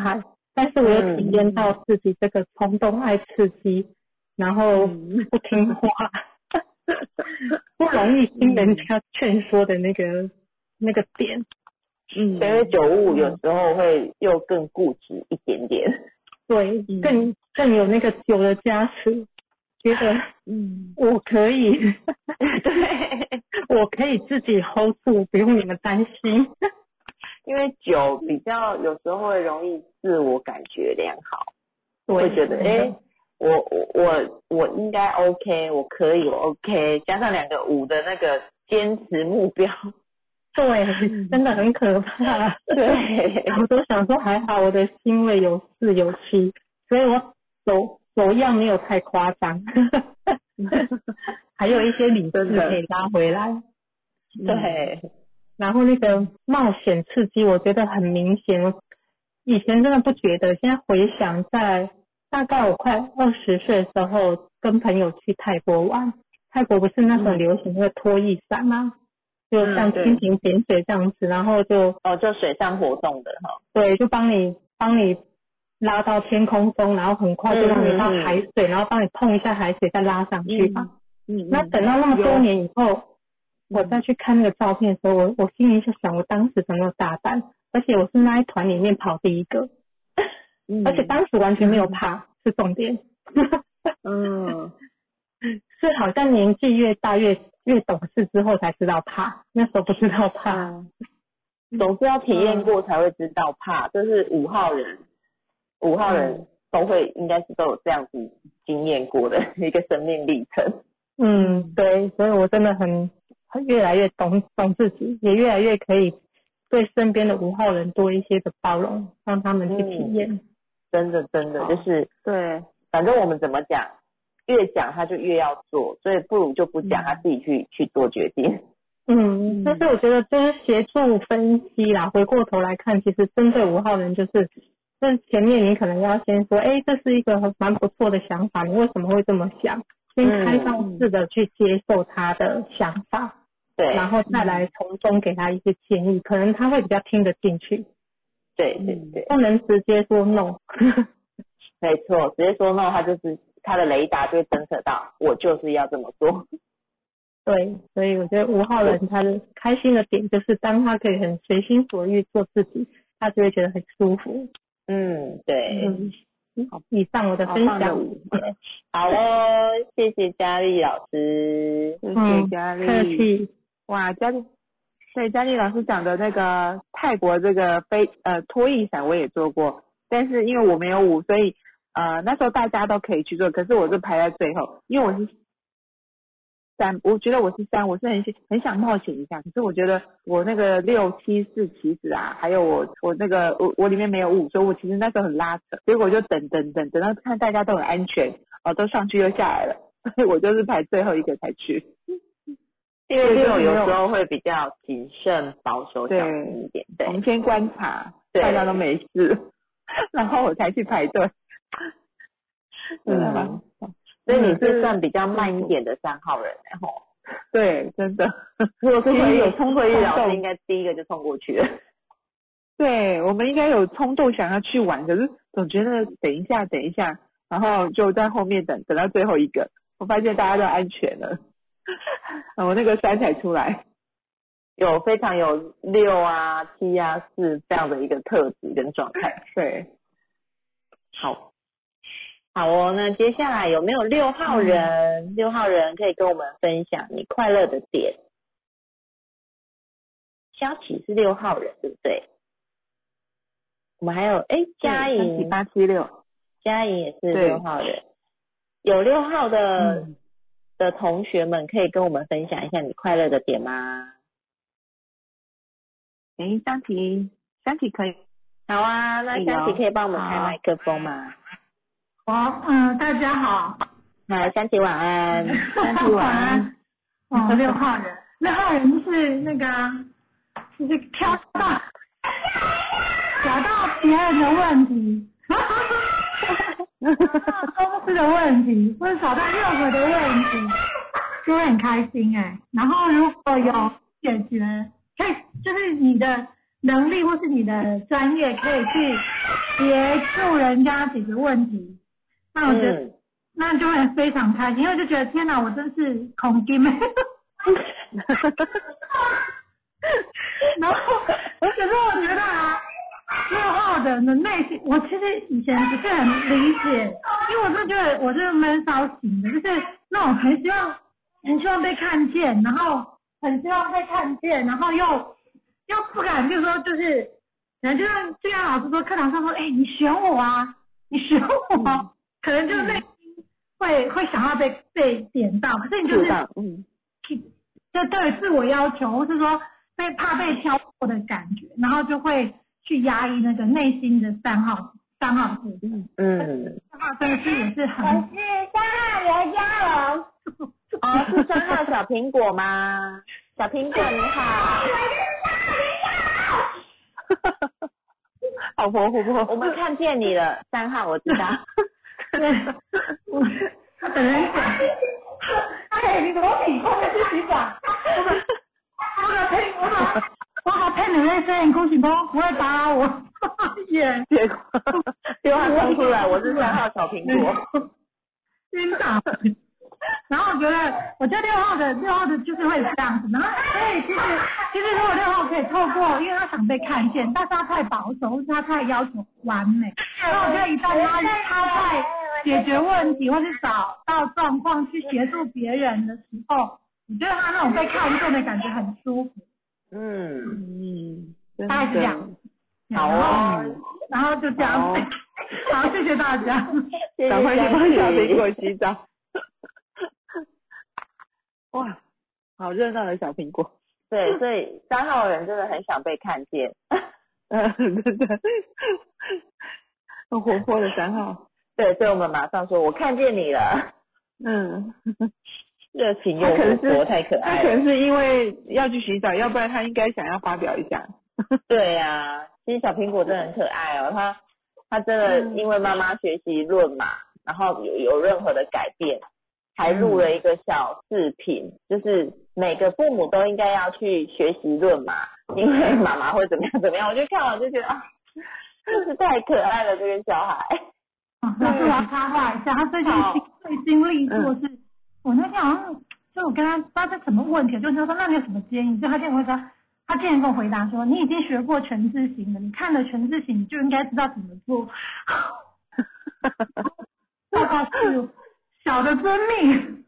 但是我又体验到自己这个冲动爱刺激，然后不听话，不容易听人家劝说的那个那个点。 嗯，因为九五有时候会又更固执一点点。 对，更更有那个酒的加持，觉得嗯我可以， 对， 我可以自己 hold 住，不用你们担心。 因为酒比较有时候会容易自我感觉良好，会觉得哎、欸，我我我我应该 OK， 我可以，我 OK， 加上两个五的那个坚持目标， 对，真的很可怕。 对， 我都想说还好我的心位有四有七，所以我走走样没有太夸张，还有一些理智可以拉回来。 对。 然后那个冒险刺激我觉得很明显，我以前真的不觉得，现在回想在大概我快二十岁的时候跟朋友去泰国玩，泰国不是那时候流行那个拖曳伞吗？就像蜻蜓点水这样子，然后就哦就水上活动的哈， 对，就帮你帮你拉到天空中，然后很快就让你到海水，嗯嗯然后帮你碰一下海水再拉上去嘛。嗯, 嗯那等到那么多年以后，我再去看那个照片的时候，我我心里就想，我当时怎么有大胆，而且我是那一团里面跑第一个，嗯、而且当时完全没有怕，嗯、是重点。嗯，是好像年纪越大越越懂事之后才知道怕，那时候不知道怕。嗯、 总是要体验过才会知道怕，这是五号人，五号人都会应该是都有这样子经验过的一个生命历程。 嗯，对，所以我真的很。越来越懂懂自己，也越来越可以对身边的五号人多一些的包容，让他们去体验。嗯、 真的真的就是对，反正我们怎么讲，越讲他就越要做，所以不如就不讲，嗯、他自己去去做决定。 嗯，但是我觉得就是协助分析啦，回过头来看，其实针对五号人就是，就是前面你可能要先说，哎，这是一个蛮不错的想法，你为什么会这么想？先开放式的去接受他的想法。 对， 然后再来从中给他一些建议，嗯、可能他会比较听得进去。 对对对， 不能直接说 no。 没错，直接说 no， 他就是他的雷达就会侦测到，我就是要这么做。 对，所以我觉得五号人他的开心的点就是，当他可以很随心所欲做自己，他就会觉得很舒服。 嗯，对。 嗯，好，以上我的分享。 好哦，谢谢佳丽老师， 谢谢佳丽。 客气。 哇，佳丽，对佳丽老师讲的那个泰国这个飞呃拖曳伞我也做过，但是因为我没有舞，所以呃那时候大家都可以去做，可是我就排在最后，因为我是三，我觉得我是三，我是很很想冒险一下，可是我觉得我那个六七四其实啊，还有我我那个我我里面没有舞，所以我其实那时候很拉扯，结果我就等等等等到看大家都很安全，哦都上去又下来了，所以我就是排最后一个才去。 因为六有时候会比较谨慎保守小心一点，对， 我们先观察大家都没事，然后我才去排队。 嗯，所以你是算比较慢一点的三号人，然后对，真的， 如果是有冲退役老师，应该第一个就冲过去了。 对，我们应该有冲动想要去玩，可是总觉得等一下，等一下，然后就在后面等，等到最后一个，我发现大家都安全了。我那个三才出来， 有非常有六啊、七啊、四这样的一个特质跟状态。 对， 好，好哦。那接下来有没有六号人？六、嗯、号人可以跟我们分享你快乐的点。肖启是六号人，对不对？我们还有哎，嘉颖八七六， 嘉颖也是六号人。有六号的。嗯的同学们可以跟我们分享一下你快乐的点吗？ 诶，香琪，香琪可以。 好啊，那香琪可以帮我们开麦克风吗？ 好，嗯，大家好。 好，香琪晚安。 香琪晚安。 哦，六号人，六号人是那个，就是挑到找到别人的问题。公司的问题，或者找到任何的问题，就会很开心哎、欸。然后如果有解决，可以就是你的能力或是你的专业可以去协助人家解决问题，那我觉得、嗯、那就会非常开心，因为就觉得天哪，我真是恐惊妹。然后可是我觉得啊，六号人的内心，我其实以前不是很理解，因为我就觉得我是闷骚型的，就是那种很希望很希望被看见，然后很希望被看见，然后又又不敢，就是说就是可能就像就像老师说课堂上说，哎、欸，你选我啊，你选我、啊嗯，可能就内心会会想要被被点到，可是你就是嗯，就对自我要求，或是说被怕被挑拨的感觉，然后就会去压抑那个内心的三号三号部分。嗯，三号真的是也是很。 我是三号刘嘉荣。哦，是三号小苹果吗？小苹果你好。 好活泼。 我们看见你了，三号我知道。 对，我他本来想，哎，你怎么比快点去洗澡？我我配我把我把配两位摄影恭喜光不会打扰我，耶！ 结果结果说出来我是三号小苹果， 晕倒。然后我觉得，我觉得六号的六号的就是会这样子，然后所以其实其实如果六号可以透过，因为他想被看见，但是他太保守，或是他太要求完美，然后我觉得一旦他他太解决问题，或是找到状况去协助别人的时候，我觉得他那种被看见的感觉很舒服。嗯嗯，大概是这样。 好啊， 然后就这样子。好，谢谢大家。 赶快去帮小苹果洗澡。哇，好热闹的小苹果。 对，所以三号人真的很想被看见。 嗯，真的，很活泼的三号。 对，所以我们马上说，我看见你了。嗯，热情又活泼，太可爱了。 他可能是因为要去洗澡，要不然他应该想要发表一下。 对呀、啊，其实小苹果真的很可爱哦，他他真的因为妈妈学习论码，然后有有任何的改变。还录了一个小视频、嗯，就是每个父母都应该要去学习论码，因为妈妈会怎么样怎么样。我就看完就觉得啊，真是太可爱了这个小孩。 老师我要插话一下，他最近最新力作是、嗯，我那天好像就我跟他发生什么问题，就是说那你有什么建议？就他竟然会说，他竟然跟我回答说，你已经学过全字形了，你看了全字形，你就应该知道怎么做。报告是。小的遵命，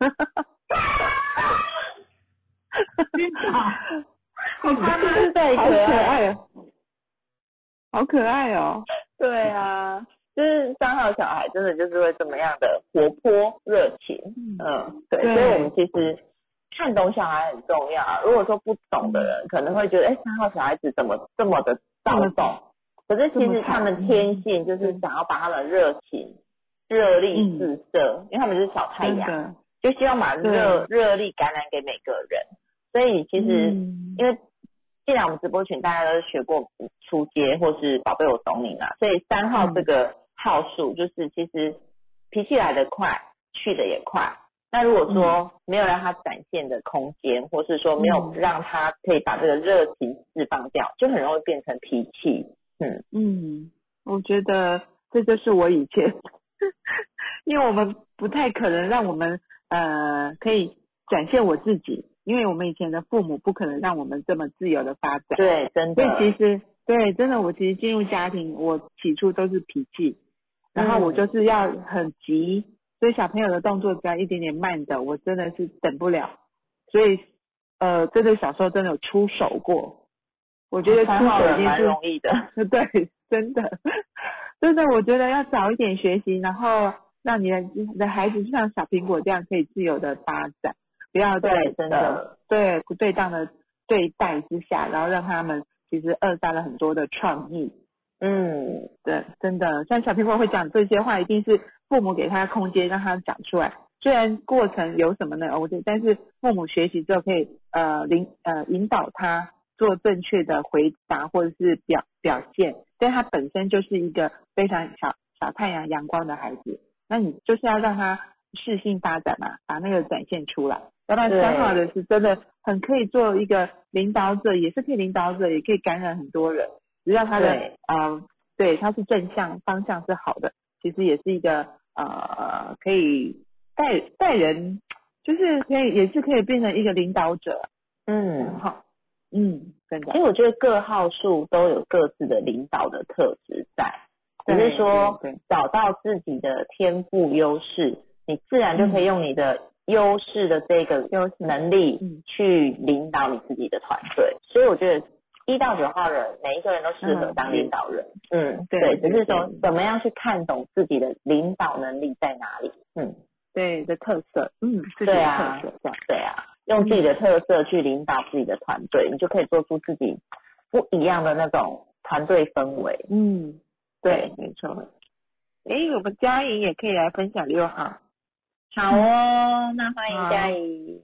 晕倒， 好可爱， 好可爱哦，好可爱哦。 对啊，就是三号小孩真的就是会这么样的活泼热情，嗯，对，对，所以我们其实看懂小孩很重要啊。如果说不懂的人可能会觉得，哎、欸，三号小孩子怎么这么的躁动？可是其实他们天性就是想要把他们热情。热力四射、嗯，因为他们是小太阳，就希望把热热力感染给每个人。所以其实、嗯，因为既然我们直播群大家都学过初阶或是宝贝我懂你啦，所以三号这个号数就是其实脾气来得快，去的也快。那如果说没有让他展现的空间，或是说没有让他可以把这个热情释放掉，就很容易变成脾气。嗯嗯，我觉得这就是我以前。因为我们不太可能让我们呃可以展现我自己，因为我们以前的父母不可能让我们这么自由的发展。 对，真的。 所以其实对，真的我其实进入家庭，我起初都是脾气，然后我就是要很急，所以小朋友的动作只要一点点慢的，我真的是等不了。所以呃，真的小时候真的有出手过，我觉得出手已经是蛮容易的。 对，真的。真的，我觉得要早一点学习，然后让你的你的孩子就像小苹果这样可以自由的发展，不要在对真的对不对当的对待之下，然后让他们其实扼杀了很多的创意。嗯，对，真的，像小苹果会讲这些话，一定是父母给他空间让他讲出来。虽然过程有什么呢？我觉得，但是父母学习之后可以呃领呃引导他做正确的回答或者是表表现。但他本身就是一个非常小小太阳阳光的孩子，那你就是要让他适性发展嘛，把那个展现出来。 要不然三号的是真的很可以做一个领导者，也是可以领导者，也可以感染很多人，只要他的呃对他是正向方向是好的，其实也是一个呃可以带带人，就是可以也是可以变成一个领导者。 嗯， 好，嗯，真的。 其实我觉得各号数都有各自的领导的特质在，只是说找到自己的天赋优势，你自然就可以用你的优势的这个能力去领导你自己的团队。所以我觉得一到九号人每一个人都适合当领导人。嗯，嗯对，只是说怎么样去看懂自己的领导能力在哪里。嗯， 对的特色。嗯，自己的特色。 对啊，对啊，用自己的特色去领导自己的团队，你就可以做出自己不一样的那种团队氛围。 嗯，对，没错。诶，我们嘉颖也可以来分享六号。 好哦，那欢迎嘉颖。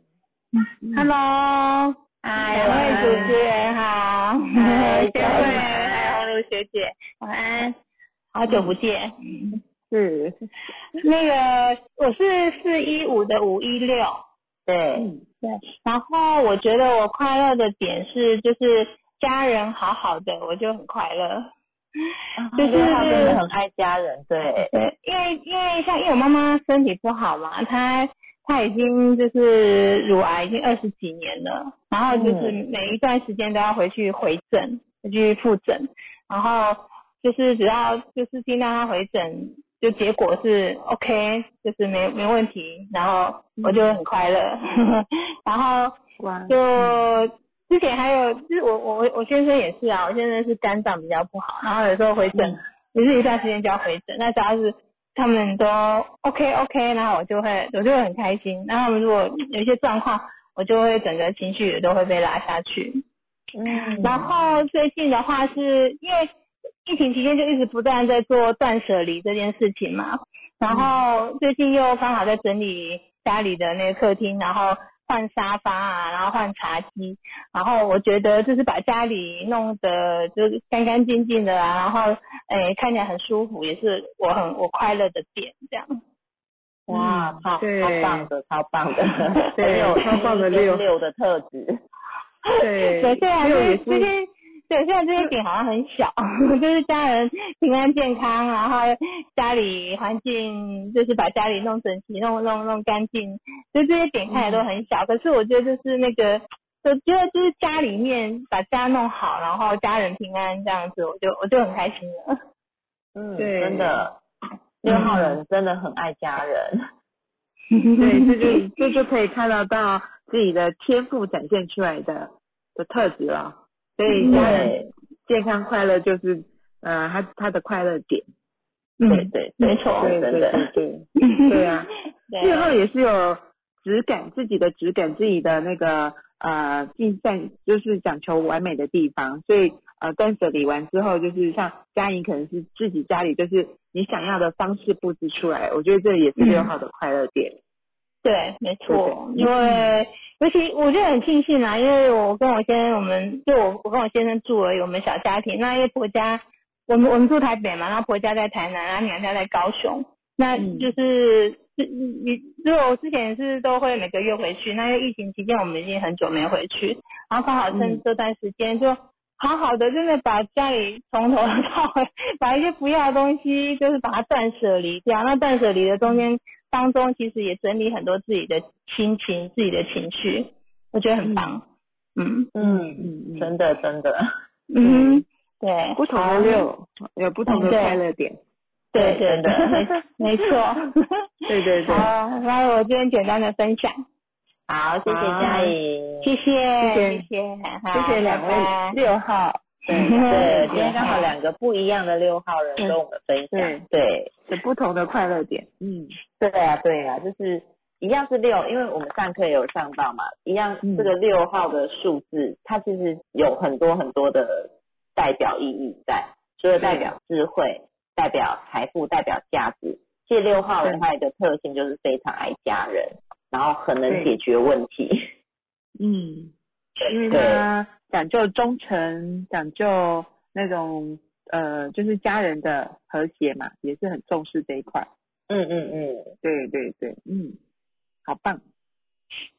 Hello， 嗨， 两位主持人好， 嗨， 学会，还有红露学姐，晚安，好久不见。 是， 那个我是四一五的五一六。 对， 嗯，对。然后我觉得我快乐的点是，就是家人好好的，我就很快乐。 就是他真的很爱家人，对。 对，因为因为像因为我妈妈身体不好嘛，她她已经就是乳癌已经二十几年了，然后就是每一段时间都要回去回诊，回去复诊，然后就是只要就是听到她回诊，就结果是 OK， 就是没没问题，然后我就很快乐，然后就。之前还有，就是我我我先生也是啊，我先生是肝脏比较不好，然后有时候回诊，也是一段时间就要回诊，那只要是他们都 OK OK， 然后我就会我就会很开心，然后他们如果有一些状况，我就会整个情绪也都会被拉下去。嗯，然后最近的话是因为疫情期间就一直不断在做断舍离这件事情嘛，然后最近又刚好在整理家里的那个客厅，然后换沙发啊，然后换茶几，然后我觉得就是把家里弄得就是干干净净的啊，然后诶看起来很舒服，也是我很我快乐的点这样。 哇，超超棒的，超棒的， 对，有超棒的六六的特质。 对， 对，虽然这这些对，虽然这些点好像很小，就是家人平安健康，然后家里环境就是把家里弄整齐、弄弄弄干净，就这些点看起来都很小，嗯、可是我觉得就是那个，我觉得就是家里面把家弄好，然后家人平安这样子，我就我就很开心了。 嗯，对，真的，六号人真的很爱家人。 对，这就这就可以看得到自己的天赋展现出来的的特质了。所以家人健康快乐就是呃他他的快乐点。 嗯，对对，没错， 对对对对对啊。六号也是有质感，自己的质感，自己的那个呃尽善，就是讲求完美的地方。所以呃断舍离完之后，就是像嘉颖可能是自己家里就是你想要的方式布置出来，我觉得这也是六号的快乐点。嗯对，没错，因为尤其我就很庆幸啦，因为我跟我先生，我们就我我跟我先生住而已，我们小家庭。那因为婆家，我们我们住台北嘛，然后婆家在台南，然后娘家在高雄，那就是你、嗯、你如果我之前是都会每个月回去，那因为疫情期间我们已经很久没回去，然后刚好趁这段时间就好好的，真的把家里从头到尾把一些不要的东西，就是把它断舍离掉。那断舍离的中间。当中其实也整理很多自己的心情、自己的情绪，我觉得很棒。嗯嗯嗯，真的真的。 嗯，对， 不同的六有不同的快乐点。 对对对，没没错。 对对对。 好，那我今天简单的分享。 好，谢谢嘉颖， 谢谢谢谢谢谢两位六号。 对对，今天刚好两个不一样的六号人跟我们分享，对， 有不同的快乐点。嗯， 对啊对啊，就是一样是六，因为我们上课也有上到嘛，一样这个六号的数字，它其实有很多很多的代表意义在，除了代表智慧、代表财富、代表价值，其实六号人他有一个特性就是非常爱家人，然后很能解决问题。 嗯，因为他讲究忠诚，讲究那种呃，就是家人的和谐嘛，也是很重视这一块。 嗯嗯嗯， 对对对，嗯，好棒。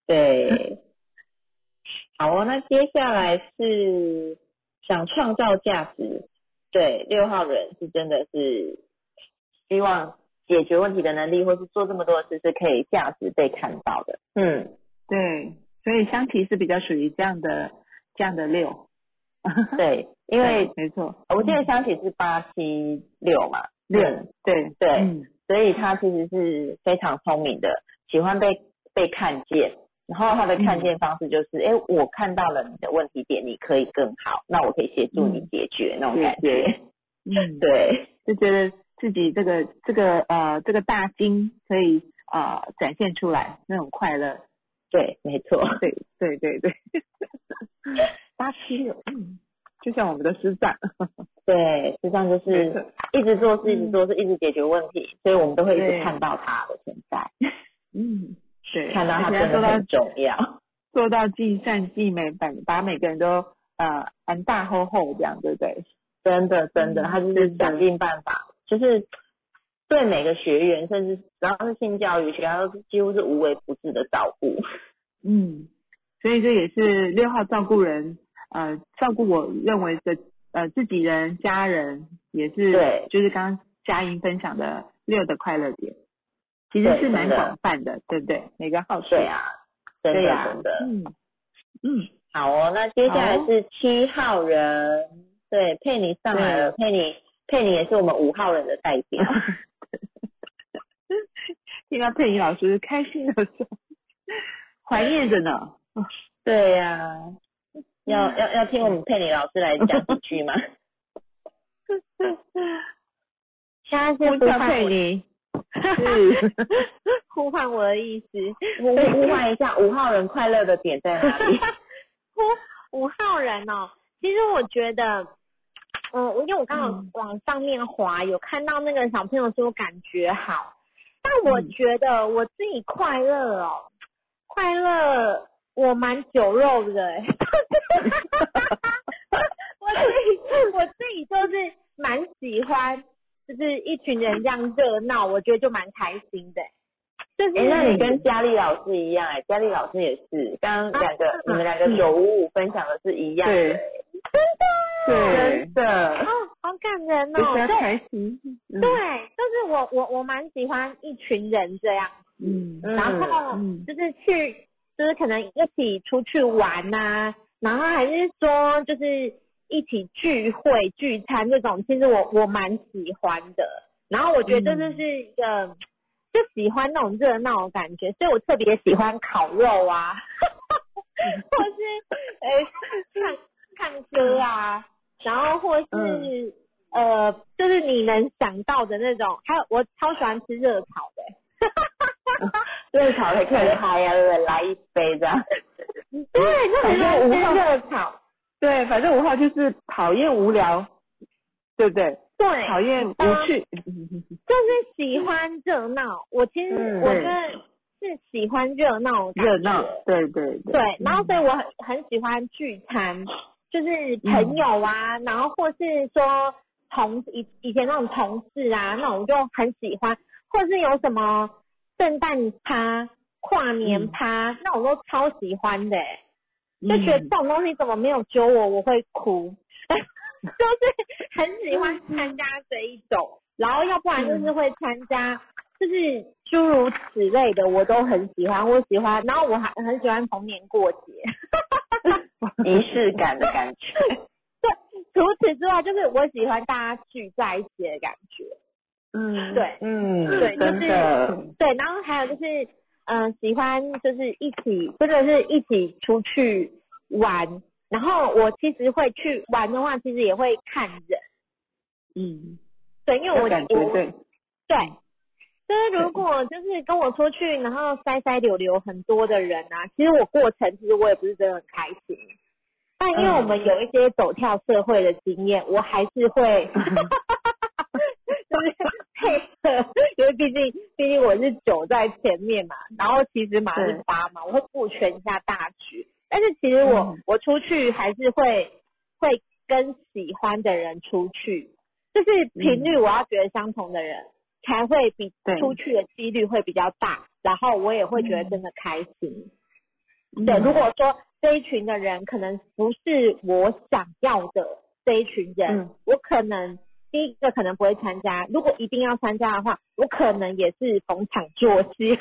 对，好哦，那接下来是想创造价值，对，六号人是真的是希望解决问题的能力，或是做这么多的事是可以价值被看到的。嗯， 对，所以香缇是比较属于这样的这样的六。 对，因为没错， 我记得香缇是八七六嘛， 六、 嗯， 对对、 嗯， 所以他其实是非常聪明的，喜欢被被看见。然后他的看见方式就是，哎、嗯，我看到了你的问题点，你可以更好，那我可以协助你解决、嗯、那种感觉。 嗯， 对， 就觉得自己这个这个呃这个大金可以呃展现出来那种快乐。 对，没错， 对对对对。八七六，嗯，就像我们的师长。 对，师长就是一直做事，一直做事，一直解决问题，所以我们都会一直看到他的存在。 嗯。对， 看到他真的很重要， 做到既善既美，把把每个人都呃安大厚厚这样，对不对？ 真的真的，他就是想尽办法，就是对每个学员，甚至只要是性教育学校，都几乎是无微不至的照顾。 嗯，所以这也是六号照顾人，呃，照顾我认为的呃自己人、家人，也是对， 就是刚刚佳音分享的六的快乐点。其实是蛮广泛的，对不对？每个号数。 对啊，真的、啊、真的。 嗯嗯， 好哦，那接下来是七号人，对，佩妮上来了，佩妮佩妮也是我们五号人的代表。 听到佩妮老师开心的说，怀念着呢。 对呀、啊，要要要听我们佩妮老师来讲几句吗？ 现在是呼唤佩妮。 是呼唤我的意思， 呼呼唤一下五号人快乐的点在哪里？ 呼五号人哦，其实我觉得，嗯、呃，因为我刚好往上面滑，有看到那个小朋友说感觉好，但我觉得我自己快乐哦，快乐我蛮酒肉的哎，我自己我自己就是蛮喜欢。就是一群人这样热闹，我觉得就蛮开心的。就是， 哎、欸，那你跟嘉丽老师一样哎、欸，嘉丽老师也是，刚刚两个、啊、你们两个九五五分享的是一样的、欸， 真的， 真的， 哦，好感人哦， 就是要开心。 对，就是我我我蛮喜欢一群人这样， 嗯， 然后就是去，就是可能一起出去玩呐、啊，然后还是说就是。一起聚会聚餐这种，其实我我蛮喜欢的。然后我觉得这就是一个、嗯、就喜欢那种热闹的感觉，所以我特别喜欢烤肉啊，或是诶、欸、看看歌啊，然后或是、嗯、呃就是你能想到的那种，还有我超喜欢吃热炒的、 欸，热炒还可以嗨啊，对不对？来一杯这样。 对，就很喜欢吃热炒。 对，反正五号就是讨厌无聊，对不对？ 对， 讨厌无趣， 就是喜欢热闹。我其实、嗯、我觉得是喜欢热闹， 热闹，对对对。 对，然后所以我很很喜欢聚餐，就是朋友啊，嗯、然后或是说同以以前那种同事啊，那种就很喜欢，或是有什么圣诞趴、跨年趴，嗯、那种都超喜欢的。就觉得这种东西怎么没有揪我，我会哭，就是很喜欢参加这一种，然后要不然就是会参加，就是诸如此类的，我都很喜欢，我喜欢，然后我还很喜欢逢年过节， 仪式感的感觉。 对，除此之外，就是我喜欢大家聚在一起的感觉。 嗯， 对， 嗯， 对，就是对，然后还有就是。嗯、呃，喜欢就是一起，真的是一起出去玩。然后我其实会去玩的话，其实也会看人。 嗯， 对，因为我感觉对， 对，就是如果就是跟我出去，然后塞塞溜溜很多的人啊，其实我过程其实我也不是真的很开心。但因为我们有一些走跳社会的经验，我还是会。就是配合，因为毕竟毕竟我是九在前面嘛，然后其实马是八嘛，我会顾全一下大局。但是其实我、嗯、我出去还是会会跟喜欢的人出去，就是频率我要觉得相同的人、嗯、才会比出去的几率会比较大，然后我也会觉得真的开心。 嗯对，如果说这一群的人可能不是我想要的这一群人， 嗯我可能第一个可能不会参加，如果一定要参加的话，我可能也是逢场作戏。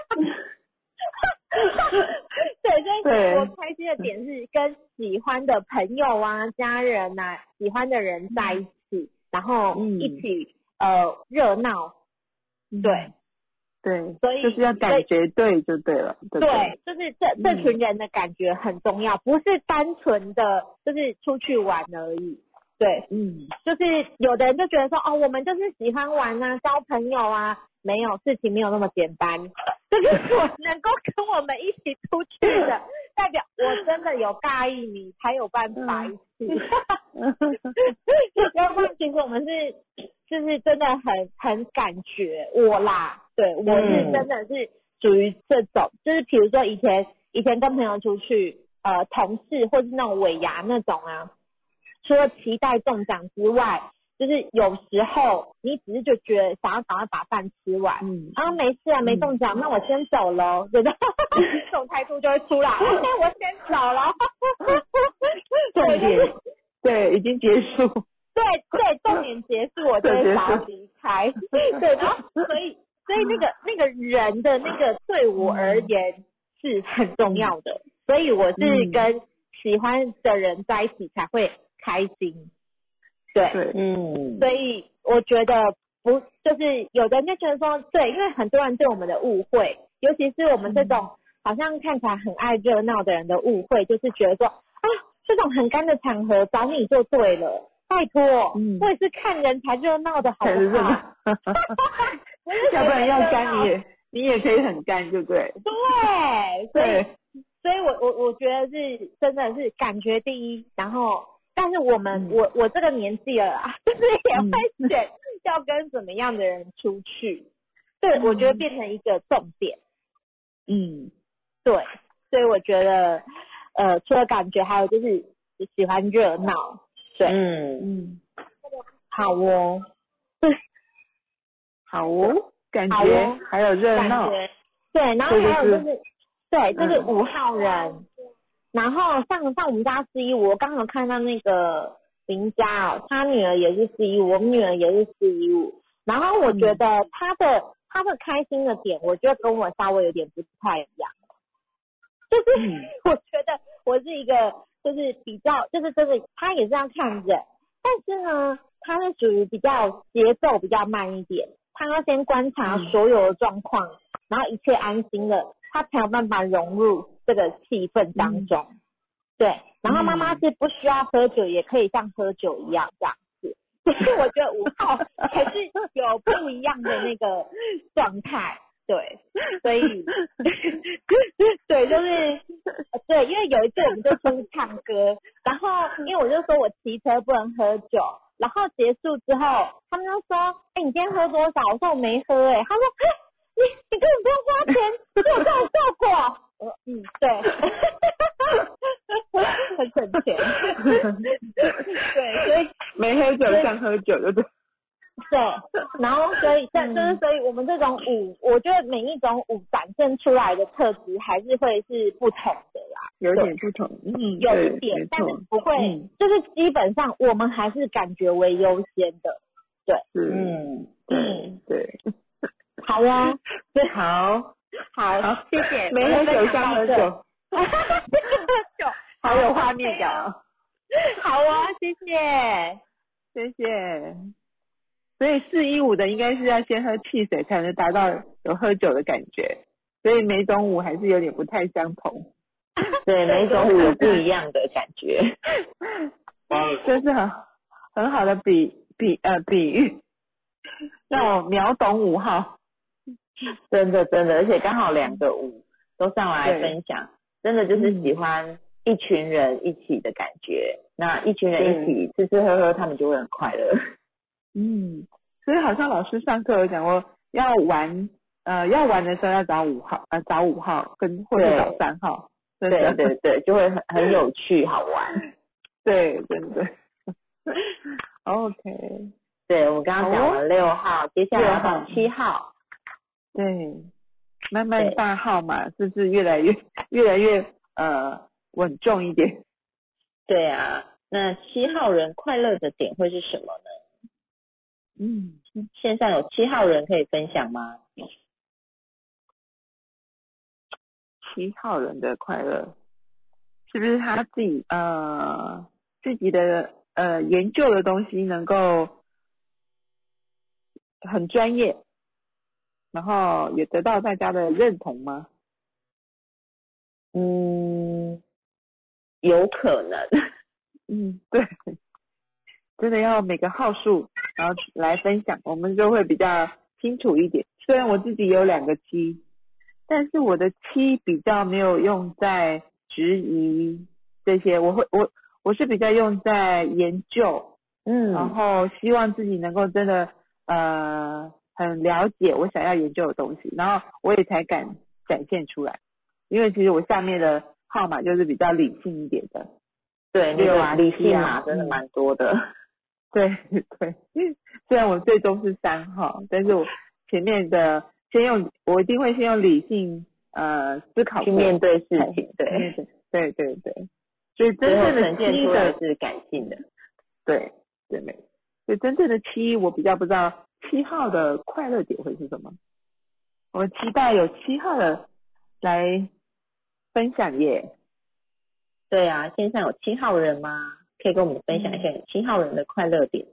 对，所以对我开心的点是跟喜欢的朋友啊、家人啊、喜欢的人在一起，然后一起、嗯、呃热闹，对。 对， 所以就是要感觉对就对了，对不对？ 对，就是这这群人的感觉很重要，嗯、不是单纯的就是出去玩而已。对， 嗯， 就是有的人就觉得说，哦，我们就是喜欢玩啊，交朋友啊，没有，事情没有那么简单。就是我能够跟我们一起出去的，代表我真的有尬意你才有办法一起。嗯、要不然其实我们是就是真的很很感觉我啦。对，我是真的是属于这种，嗯、就是比如说以前以前跟朋友出去，呃，同事或是那种尾牙那种啊，除了期待中奖之外，就是有时候你只是就觉得想要赶快把饭吃完，嗯，然后没事啊，没中奖，嗯、那我先走咯，对不对？这种态度就会出来，那、okay, 我先走了。 重点对，已经结束。 对对，重点结束，我就会想要离开。对，然后所以。所以那个那个人的那个对我而言是很重要的，嗯、所以我是跟喜欢的人在一起才会开心。对， 对，嗯， 所以我觉得不就是有的人就觉得说，对，因为很多人对我们的误会，尤其是我们这种好像看起来很爱热闹的人的误会，就是觉得说啊，这种很干的场合找你就对了。拜托，嗯、我也是看人才热闹的，好不好？ 要不然要干你也你也可以很干，对不对？ 对，所以所以我我我觉得是真的是感觉第一，然后但是我们、嗯、我我这个年纪了啦，就是也会选要跟怎么样的人出去，对、嗯，我觉得变成一个重点。嗯，对，所以我觉得呃，除了感觉，还有就是喜欢热闹。对，嗯嗯，好哦，对， 好哦，感觉、哦、还有热闹， 对，然后还有就是，对，就是五号人，嗯、然后像像我们家四一五，我刚好看到那个林家哦，他女儿也是四一五，我们女儿也是四一五，然后我觉得他的、嗯、他的开心的点，我觉得跟我稍微有点不太一样，就是、嗯、我觉得我是一个。就是比较，就是真的，他也是要看人，但是呢，他是属于比较节奏比较慢一点，他要先观察所有的状况，嗯、然后一切安心了，他才有办法融入这个气氛当中。嗯、对，然后妈妈是不需要喝酒，也可以像喝酒一样这样子，所以我觉得五号还是有不一样的那个状态。对，所以对，就是对，因为有一次我们就出去唱歌，然后因为我就说我骑车不能喝酒，然后结束之后，他们就说，哎、欸，你今天喝多少？我说我没喝、欸，哎，他说，你你根本不用花钱，就有这种效果。我说嗯，对，很省钱。对，所以没喝酒像喝酒，对不对？ 对，然后所以这、嗯、就是所以我们这种舞，我觉得每一种舞展现出来的特质还是会是不同的啦， 有点不同，嗯， 有一点，但是不会、嗯，就是基本上我们还是感觉为优先的，对， 嗯，对对， 好啊， 对，好， 好，好谢谢， 没喝酒像喝酒， 酒， 好有画面感啊， 好啊，谢谢， 谢谢。所以四一五的应该是要先喝汽水才能达到有喝酒的感觉，所以每种舞还是有点不太相同。 对，每种舞有不一样的感觉。 这是很很好的比比呃比喻，让我秒懂五号。 真的真的，而且刚好两个舞都上来分享，真的就是喜欢一群人一起的感觉。嗯、那一群人一起吃吃喝喝，他们就会很快乐。 嗯，所以好像老师上课有讲过，要玩呃要玩的时候要找五号呃找五号跟或者找三号， 对对对对，就会很很有趣好玩。 对，真的。OK， 对，我们刚刚讲完六号，接下来要到七号。 对，慢慢大号嘛，是不是越来越越来越呃稳重一点。 对啊，那七号人快乐的点会是什么呢？ 嗯， 线上有七号人可以分享吗？ 七号人的快乐是不是他自己呃自己的呃研究的东西能够很专业，然后也得到大家的认同吗？ 嗯，有可能。 嗯，对，真的要每个号数然后来分享，我们就会比较清楚一点。虽然我自己有两个七，但是我的七比较没有用在质疑这些，我会我我是比较用在研究， 嗯， 然后希望自己能够真的呃很了解我想要研究的东西，然后我也才敢展现出来。因为其实我下面的号码就是比较理性一点的， 对， 六啊理性码啊真的蛮多的。 对对，虽然我最终是三号，但是我前面的先用，我一定会先用理性呃思考去面对事情， 对对对对对，所以真正的呈现七出来的是感性的， 对对没，所以真正的七我比较不知道七号的快乐点会是什么，我期待有七号的来分享耶。 对啊，线上有七号人吗？可以跟我们分享一下七号人的快乐点。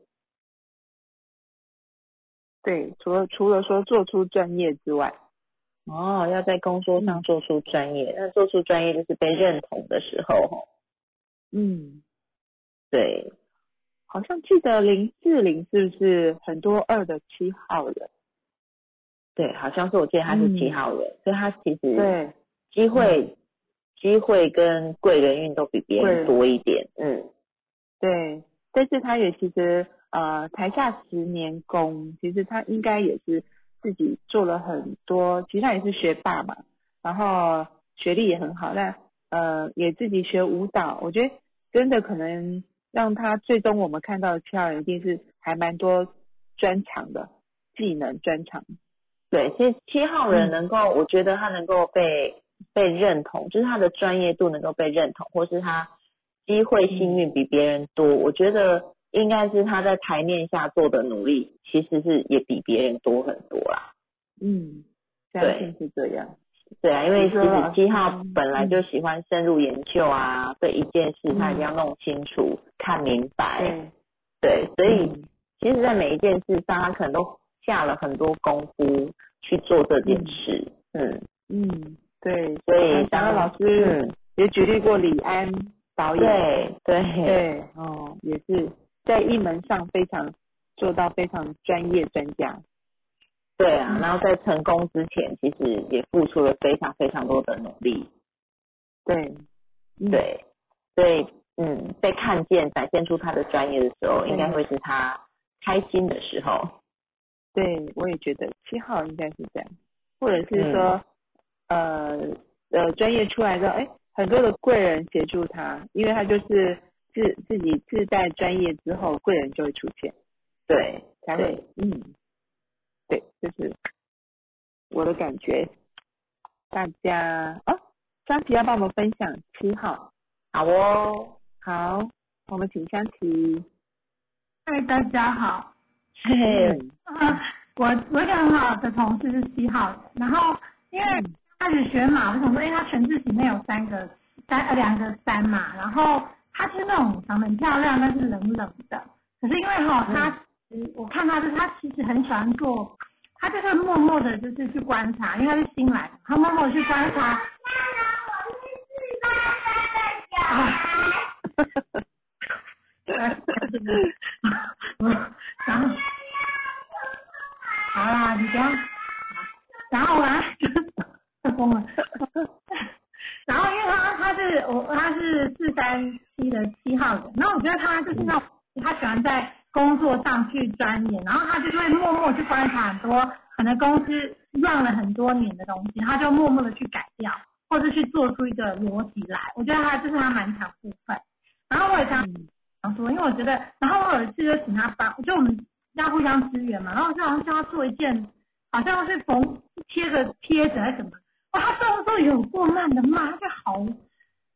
对，除了除了说做出专业之外， 哦，要在工作上做出专业，那、嗯、做出专业就是被认同的时候， 嗯， 对， 好像记得零四零是不是很多二的七号人？ 对，好像是我记得他是七号人，嗯、所以他其实对机会、嗯、机会跟贵人运都比别人多一点，嗯， 对，但是他也其实呃台下十年功，其实他应该也是自己做了很多，其实他也是学霸嘛，然后学历也很好，但呃也自己学舞蹈，我觉得真的可能让他最终我们看到的七号人一定是还蛮多专长的技能专长。 对，其实七号人能够、嗯，我觉得他能够被被认同，就是他的专业度能够被认同，或是他机会幸运比别人多、嗯，我觉得应该是他在台面下做的努力，其实是也比别人多很多啦。 嗯，相信是这样。 对啊，因为其实七号本来就喜欢深入研究啊，对、嗯、一件事他一定要弄清楚、嗯、看明白。对，对，所以、嗯、其实在每一件事上，他可能都下了很多功夫去做这件事，嗯嗯，对， 所以当然老师也举例过李安导演， 对对对，哦，也是在一门上非常做到非常专业专家， 对啊，然后在成功之前，其实也付出了非常非常多的努力， 对， 嗯、对，所以嗯，被看见展现出他的专业的时候，应该会是他开心的时候。 对，我也觉得七号应该是这样，或者是说，嗯、呃呃，专业出来的，哎，很多的贵人协助他，因为他就是自自己自带专业之后，贵人就会出现， 对， 才会，嗯，对，就是我的感觉。大家哦，香琪要帮我们分享七号， 好哦， 好，我们请香琪。 嗨，大家好。 嘿嘿， 啊，我我一个很好的同事是七号，然后因为开始学马，我想说，哎，他全字型内有三个三呃两个三嘛，然后他是那种长得很漂亮，但是冷冷的，可是因为哈、哦、他，我看他是他其实很喜欢做，他就是默默的就是去观察，因为他是新来的，他默默的去观察。啊然后，好啦，你不要，然后啊，太疯了。然后因为他他是我他是四三七的七号人，然后我觉得他就是那种他喜欢在工作上去钻研，然后他就会默默去观察很多可能公司用了很多年的东西，他就默默的去改掉，或是去做出一个逻辑来。我觉得他这是他蛮强部分。然后我也想想说，因为我觉得，然后我有一次就请他帮，就我们要互相支援嘛，然后就好像叫他做一件，好像是缝贴个贴纸还是什么，哇，他动作有过慢的嘛，他就好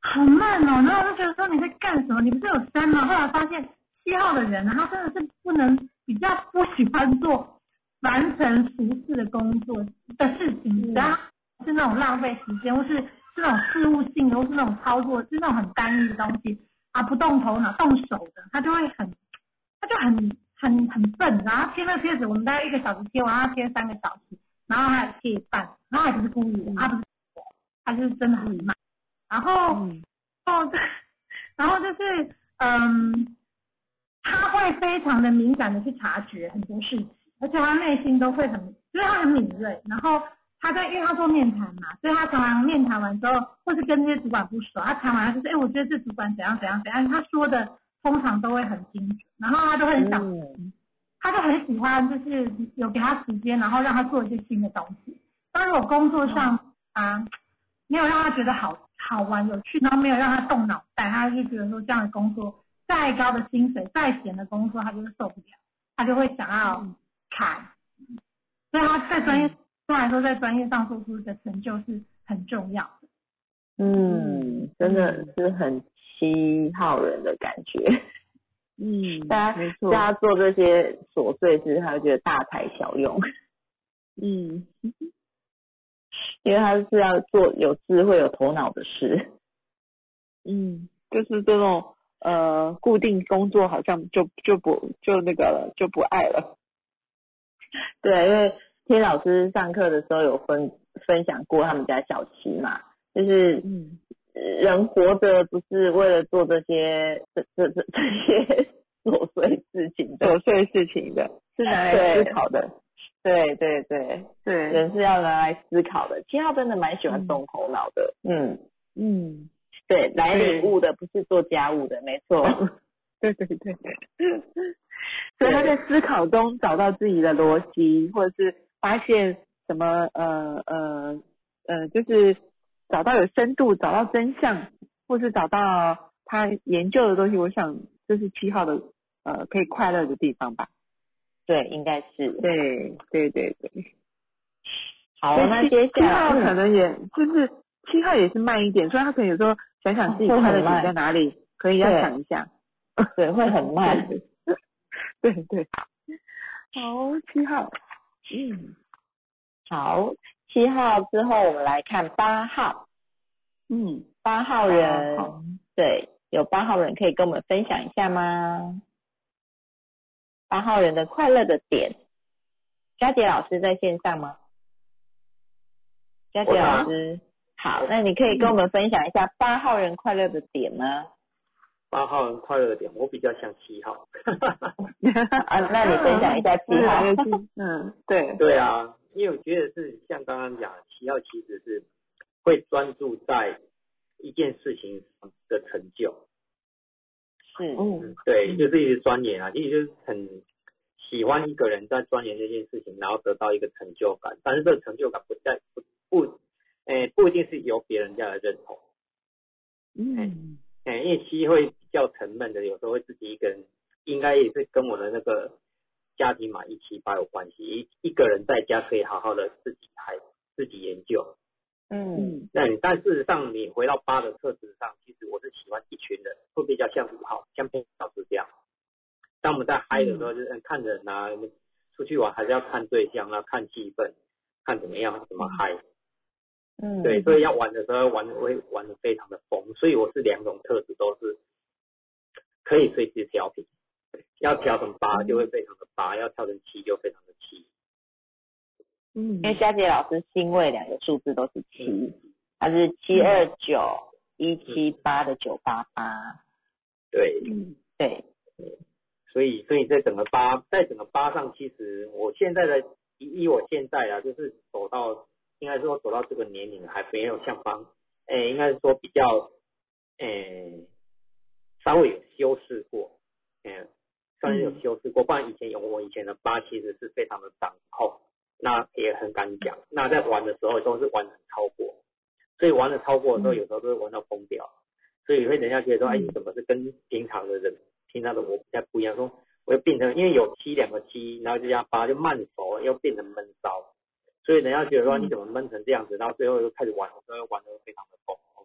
好慢哦，然后我就觉得说你在干什么？你不是有三吗？后来发现七号的人啊，他真的是不能比较不喜欢做完成俗事的工作的事情，只要是那种浪费时间，或是是那种事务性的，或是那种操作，是那种很单一的东西啊，不动头脑动手的，他就会很，他就很很很笨。然后贴那个贴纸，我们大概一个小时贴完，他贴三个小时，然后还贴一半，然后还不是故意的，他不是，他就是真的很慢。然后， 嗯、 哦，然后就是，嗯，他会非常的敏感的去察觉很多事情，而且他内心都会很，就是他很敏锐。然后他在，因为他做面谈嘛，所以他常常面谈完之后，或是跟这些主管不熟，他谈完他就是，哎，我觉得这主管怎样怎样怎样，他说的通常都会很精准，然后他就会很想，嗯、他就很喜欢，就是有给他时间，然后让他做一些新的东西。当然，我工作上啊。嗯没有让他觉得好好玩有趣，然后没有让他动脑袋，他就觉得说这样的工作再高的薪水再闲的工作他就是受不了，他就会想要砍。所以他在专业上来说，在专业上做出的成就是很重要的。 嗯，真的是很七号人的感觉。 嗯， 大家没错， 大家做这些琐碎事，他会觉得大材小用。 嗯。 因为他是要做有智慧、有头脑的事。 嗯，就是这种呃固定工作，好像就就不就那个了，就不爱了。 对，因为听老师上课的时候有分分享过他们家小七嘛，就是嗯， 人活着不是为了做这些这这这这些琐碎事情的， 琐碎事情的，是拿来思考的。 对对对对， 人是要拿来思考的。七号真的蛮喜欢动头脑的，嗯嗯， 对，来领悟的不是做家务的，没错。 对对对，所以他在思考中找到自己的逻辑，或者是发现什么呃呃呃，就是找到有深度，找到真相，或是找到他研究的东西。我想这是七号的呃可以快乐的地方吧。 对，应该是。 对对对对。 好，那接下来七号可能也、嗯、就是七号也是慢一点，所以他可能有时候想想自己快乐点在哪里，可以要想一下。 对，会很慢。 对对对。好，七号。嗯。 好，七号之后我们来看八号。 嗯， 八号人，对，有八号人可以跟我们分享一下吗？八号人的快乐的点。佳杰老师在线上吗？佳杰老师，好，那你可以跟我们分享一下八号人快乐的点吗？ 八号人快乐的点，我比较像七号。 啊，那你分享一下七号。 嗯，对。 对啊，因为我觉得是像刚刚讲，七号其实是会专注在一件事情的成就。 是， 嗯，对，就是一直钻研啊，其实就是很喜欢一个人在钻研这件事情，然后得到一个成就感，但是这个成就感不在不不，诶、欸，不一定是由别人家来认同。 嗯， 诶、欸，因为七会比较沉闷的，有时候会自己一个人，应该也是跟我的那个家庭嘛一七八有关系。一一个人在家可以好好的自己拍，自己研究。 嗯， 那你但事实上你回到八的特质上，其实我是喜欢一群人，会比较像五号，像佩老师这样。当我们在嗨的时候，就是看人啊，出去玩还是要看对象啊，看气氛，看怎么样，怎么嗨。 嗯， 对，所以要玩的时候玩会玩得非常的疯，所以我是两种特质都是可以随时调频，要调成八就会非常的八，要调成七就非常的七。 嗯，因为佳杰老师星位两个数字都是七，它是七二九一七八的九八八。 对， 嗯，对。 所以，所以在整个八，在整个八上，其实我现在的以我现在啊，就是走到，应该说走到这个年龄还没有像方，诶，应该是说比较，诶，稍微有修饰过，诶，算是有修饰过，不然以前有我以前的八其实是非常的掌控，那也很敢讲，那在玩的时候都是玩得很超过，所以玩的超过的时候，有时候都会玩到疯掉，所以会人家觉得说，哎，你怎么是跟平常的人？听到的我比较不一样，说我又变成因为有七两个七，然后就加八就慢熟，又变成闷骚，所以人家觉得说你怎么闷成这样子，然后最后又开始玩，我说玩得非常的疯。我说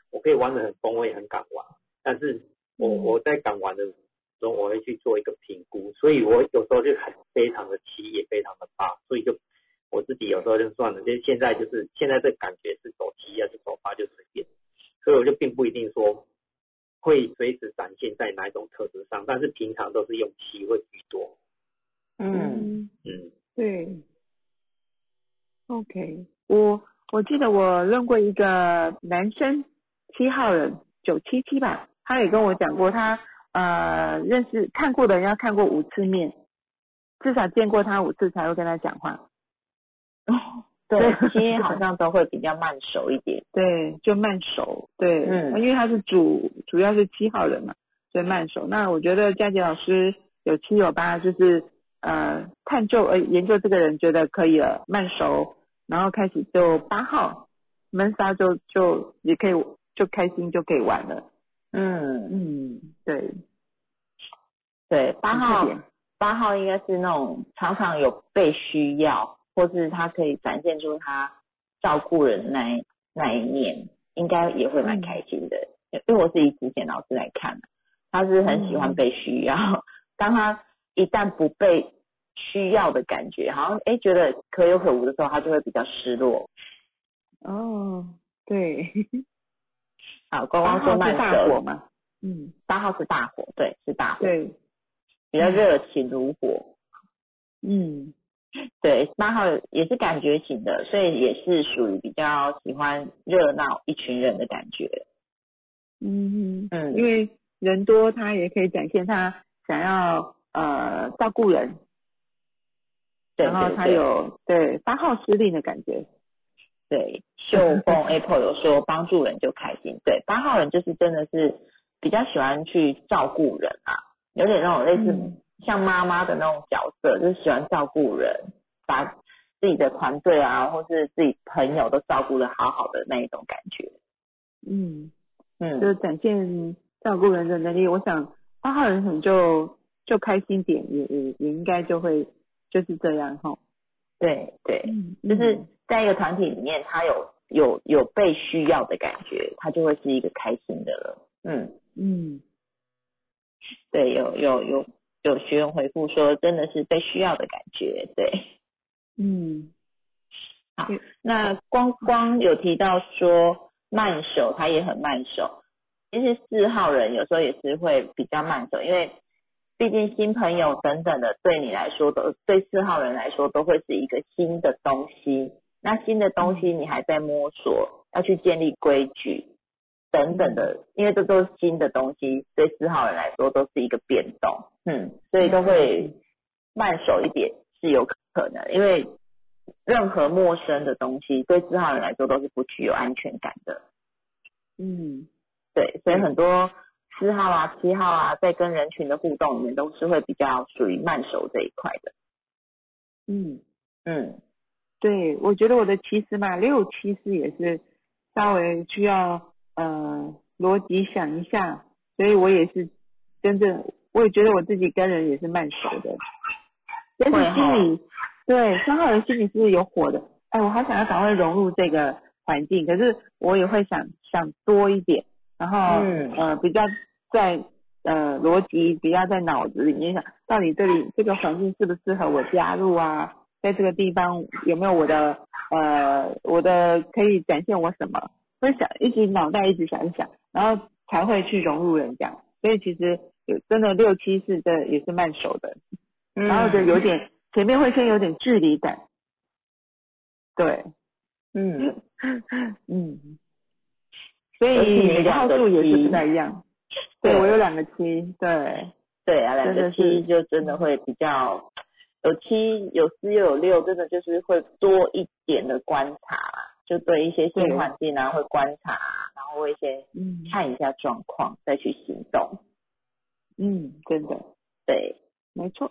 我可以玩得很疯，我也很敢玩，但是我我在敢玩的时候，我会去做一个评估，所以我有时候就很非常的七，也非常的八，所以就我自己有时候就算了，就现在就是现在这感觉是走七还是走八就随便，所以我就并不一定说会随时展现在哪一种特质上，但是平常都是用七会居多。 嗯嗯， 对。OK， 我我记得我认过一个男生七号人九七七吧，他也跟我讲过他呃认识看过的人要看过五次面，至少见过他五次才会跟他讲话。 对，七好像都会比较慢熟一点。 对，就慢熟。对， 嗯， 因为他是主主要是七号人嘛，所以慢熟。那我觉得佳杰老师有七有八，就是呃探究呃研究这个人觉得可以了，慢熟，然后开始就八号闷骚就就也可以就开心就可以玩了。 嗯嗯，对对，八号很特别八号应该是那种常常有被需要，或是他可以展现出他照顾人的那一那一面，应该也会蛮开心的。嗯、因为我是以之前老师来看，他是很喜欢被需要，嗯、当他一旦不被需要的感觉，好像哎觉得可有可无的时候，他就会比较失落。 哦，对。 好，光光说慢熟， 大火嘛。嗯， 八号是大火，对，是大火， 对， 比较热情如火。 嗯， 对，八号也是感觉型的，所以也是属于比较喜欢热闹一群人的感觉。 嗯嗯， 因为人多，他也可以展现他想要呃照顾人， 对然后他对有对八号司令的感觉。 对，秀凤 Apple 有说帮助人就开心。对，八号人就是真的是比较喜欢去照顾人啊，有点那种类似、嗯、像妈妈的那种角色，就是喜欢照顾人，把自己的团队啊，或是自己朋友都照顾得好好的那一种感觉。 嗯嗯， 就是展现照顾人的能力。我想八号人可能就就开心点，也也也应该就会就是这样哈。 对对、 嗯， 就是在一个团体里面，他有有有被需要的感觉，他就会是一个开心的了。嗯嗯， 对，有有有有学员回复说，真的是被需要的感觉。对， 嗯， 好，那光光有提到说慢手，他也很慢手。其实四号人有时候也是会比较慢手，因为毕竟新朋友等等的，对你来说都对四号人来说都会是一个新的东西。那新的东西你还在摸索，要去建立规矩等等的，因为这都是新的东西，对四号人来说都是一个变动，嗯，所以都会慢手一点是有可能，因为任何陌生的东西对四号人来说都是不具有安全感的。 嗯， 对，所以很多四号啊、七号啊，在跟人群的互动里面，都是会比较属于慢熟这一块的。 嗯嗯， 对，我觉得我的七四嘛，六七四也是稍微需要呃逻辑想一下，所以我也是真正，我也觉得我自己跟人也是慢熟的，但是心里对三号人心里是有火的，哎，我好想要赶快融入这个环境，可是我也会想想多一点，然后、嗯、呃比较在呃逻辑比较在脑子里面想，到底这里这个环境适不适合我加入啊？在这个地方有没有我的呃我的可以展现我什么？会想一直脑袋一直想一想，然后才会去融入人家。所以其实有真的六七四这也是慢熟的，嗯、然后就有点前面会先有点距离感。对，嗯嗯，所以每个号数也是不太一样。对，我有两个七，对对啊，两个七就真的会比较。有七有四又有六，真的就是会多一点的观察，就对一些新环境啊会观察，然后会先看一下状况、嗯、再去行动。 嗯，真的， 对， 没错。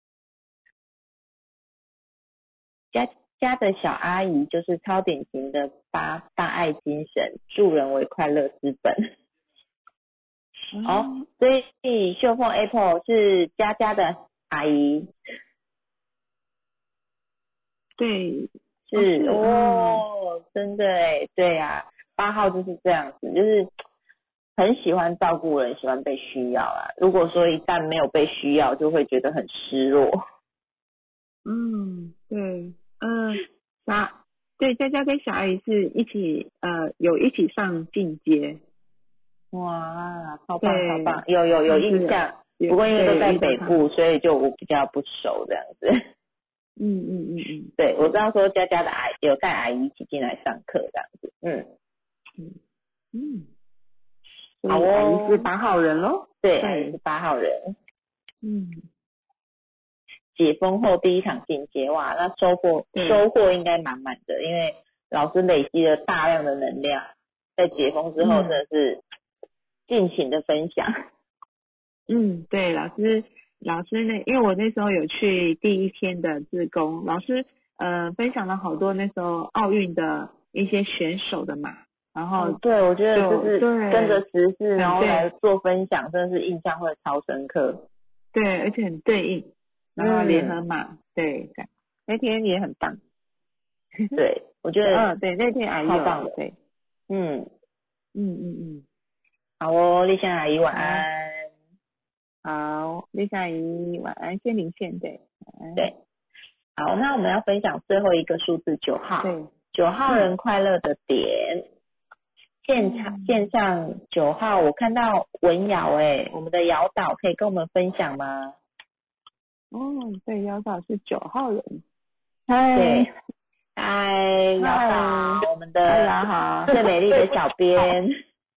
家家的小阿姨就是超典型的八大爱精神，助人为快乐之本。 嗯、 哦，所以秀凤 Apple 是家家的阿姨。 对， 是哦，真的哎，对啊， 八号就是这样子，就是很喜欢照顾人，喜欢被需要啊。如果说一旦没有被需要，就会觉得很失落。 嗯，对，嗯，小对佳佳跟小阿姨是一起呃有一起上进阶。 哇，超棒超棒，有有有印象，不过因为都在北部，所以就我比较不熟这样子。 嗯嗯嗯嗯， 对，我知道说佳佳的阿姨有带阿姨一起进来上课这样子。嗯嗯嗯， 好哦， 阿姨是八号人咯。 对，阿姨是八号人。 嗯， 解封后第一场进阶，哇，那收获收获应该满满的，因为老师累积了大量的能量，在解封之后真的是尽情的分享。 嗯，对，老师老师那因为我那时候有去第一天的志工，老师呃分享了好多那时候奥运的一些选手的嘛，然后、 嗯、对，我觉得就是跟着时事然后来做分享，真的是印象会超深刻。 对，而且很对应，然后联合马，嗯、对，那天也很棒。 对，我觉得嗯，对，那天阿姨超棒的， 对， 嗯嗯嗯嗯， 好哦，丽香阿姨晚安。 好，丽香阿姨晚安，先连线对， 对，好，那我们要分享最后一个数字九号， 对， 九号人快乐的点。现场线上九号，我看到文瑶哎，我们的瑶导可以跟我们分享吗？ 哦，对，瑶导是九号人。 嗨，嗨，瑶导，我们的最美丽的小编。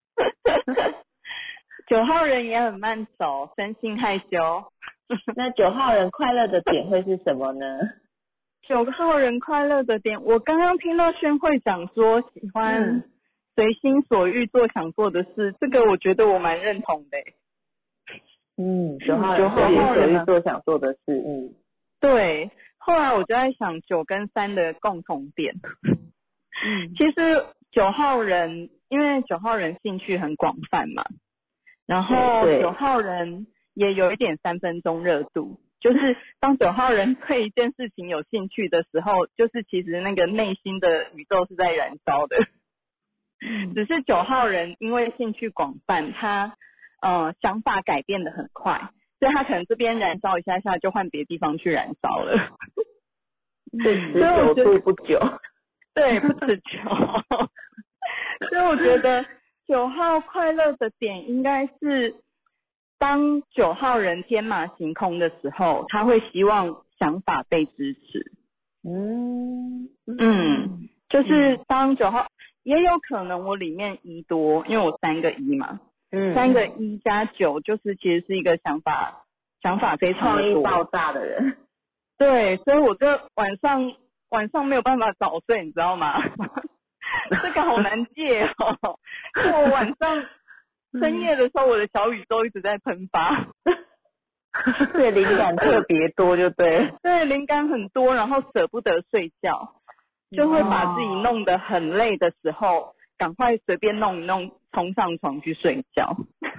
九号人也很慢熟，生性害羞。 那九号人快乐的点会是什么呢？ 九号人快乐的点，我刚刚听到宣会长说喜欢随心所欲做想做的事，这个我觉得我蛮认同的。 嗯，九号人随心所欲做想做的事，嗯， 对。后来我就在想九跟三的共同点。嗯，其实九号人，因为九号人兴趣很广泛嘛，然后九号人也有一点三分钟热度，就是当九号人对一件事情有兴趣的时候，就是其实那个内心的宇宙是在燃烧的。只是九号人因为兴趣广泛，他呃想法改变的很快，所以他可能这边燃烧一下下就换别的地方去燃烧了。 对，持久度不久。 对，不持久。所以我觉得九号快乐的点应该是，当九号人天马行空的时候，他会希望想法被支持。 嗯嗯，就是当九号，也有可能我里面一多，因为我三个一嘛，嗯，三个一加九就是其实是一个想法想法非常创意爆炸的人。 对，所以我就晚上晚上没有办法早睡，你知道吗？这个好难戒哦。我晚上深夜的时候，我的小宇宙一直在喷发。 对，灵感特别多就对。 对，灵感很多，然后舍不得睡觉，就会把自己弄得很累的时候，赶快随便弄一弄，冲上床去睡觉。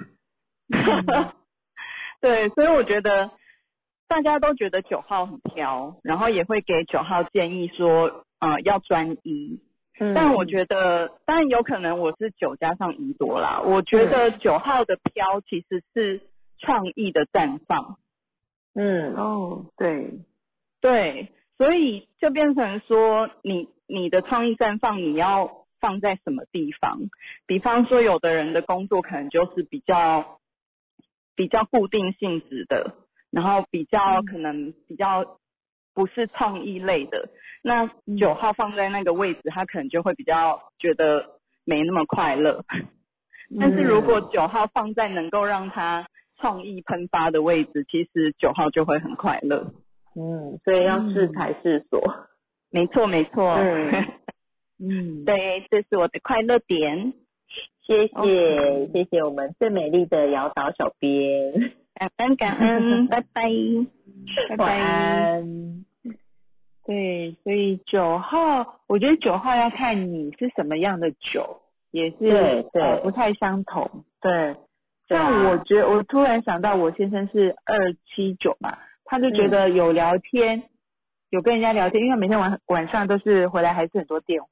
对，所以我觉得大家都觉得九号很挑，然后也会给九号建议说，呃，要专一。嗯、但我觉得，当然有可能我是九加上一多啦。我觉得九号的飘其实是创意的绽放。 嗯， 哦，对， 对，所以就变成说，你你的创意绽放你要放在什么地方？比方说，有的人的工作可能就是比较比较固定性质的，然后比较可能比较不是创意类的。那九号放在那个位置，他可能就会比较觉得没那么快乐。但是如果九号放在能够让他创意喷发的位置，其实九号就会很快乐。 嗯，所以要适才适所。嗯、 没错没错。 嗯嗯，对，这是我的快乐点。 谢谢、okay. 谢谢我们最美丽的瑶导小编。 感恩感恩，拜拜拜拜。晚安。 对，所以九号，我觉得九号要看你是什么样的九，也是对对、 呃、不太相同。对，像我觉得我突然想到，我先生是二七九嘛，他就觉得有聊天，嗯、有跟人家聊天，因为每天晚晚上都是回来还是很多电话，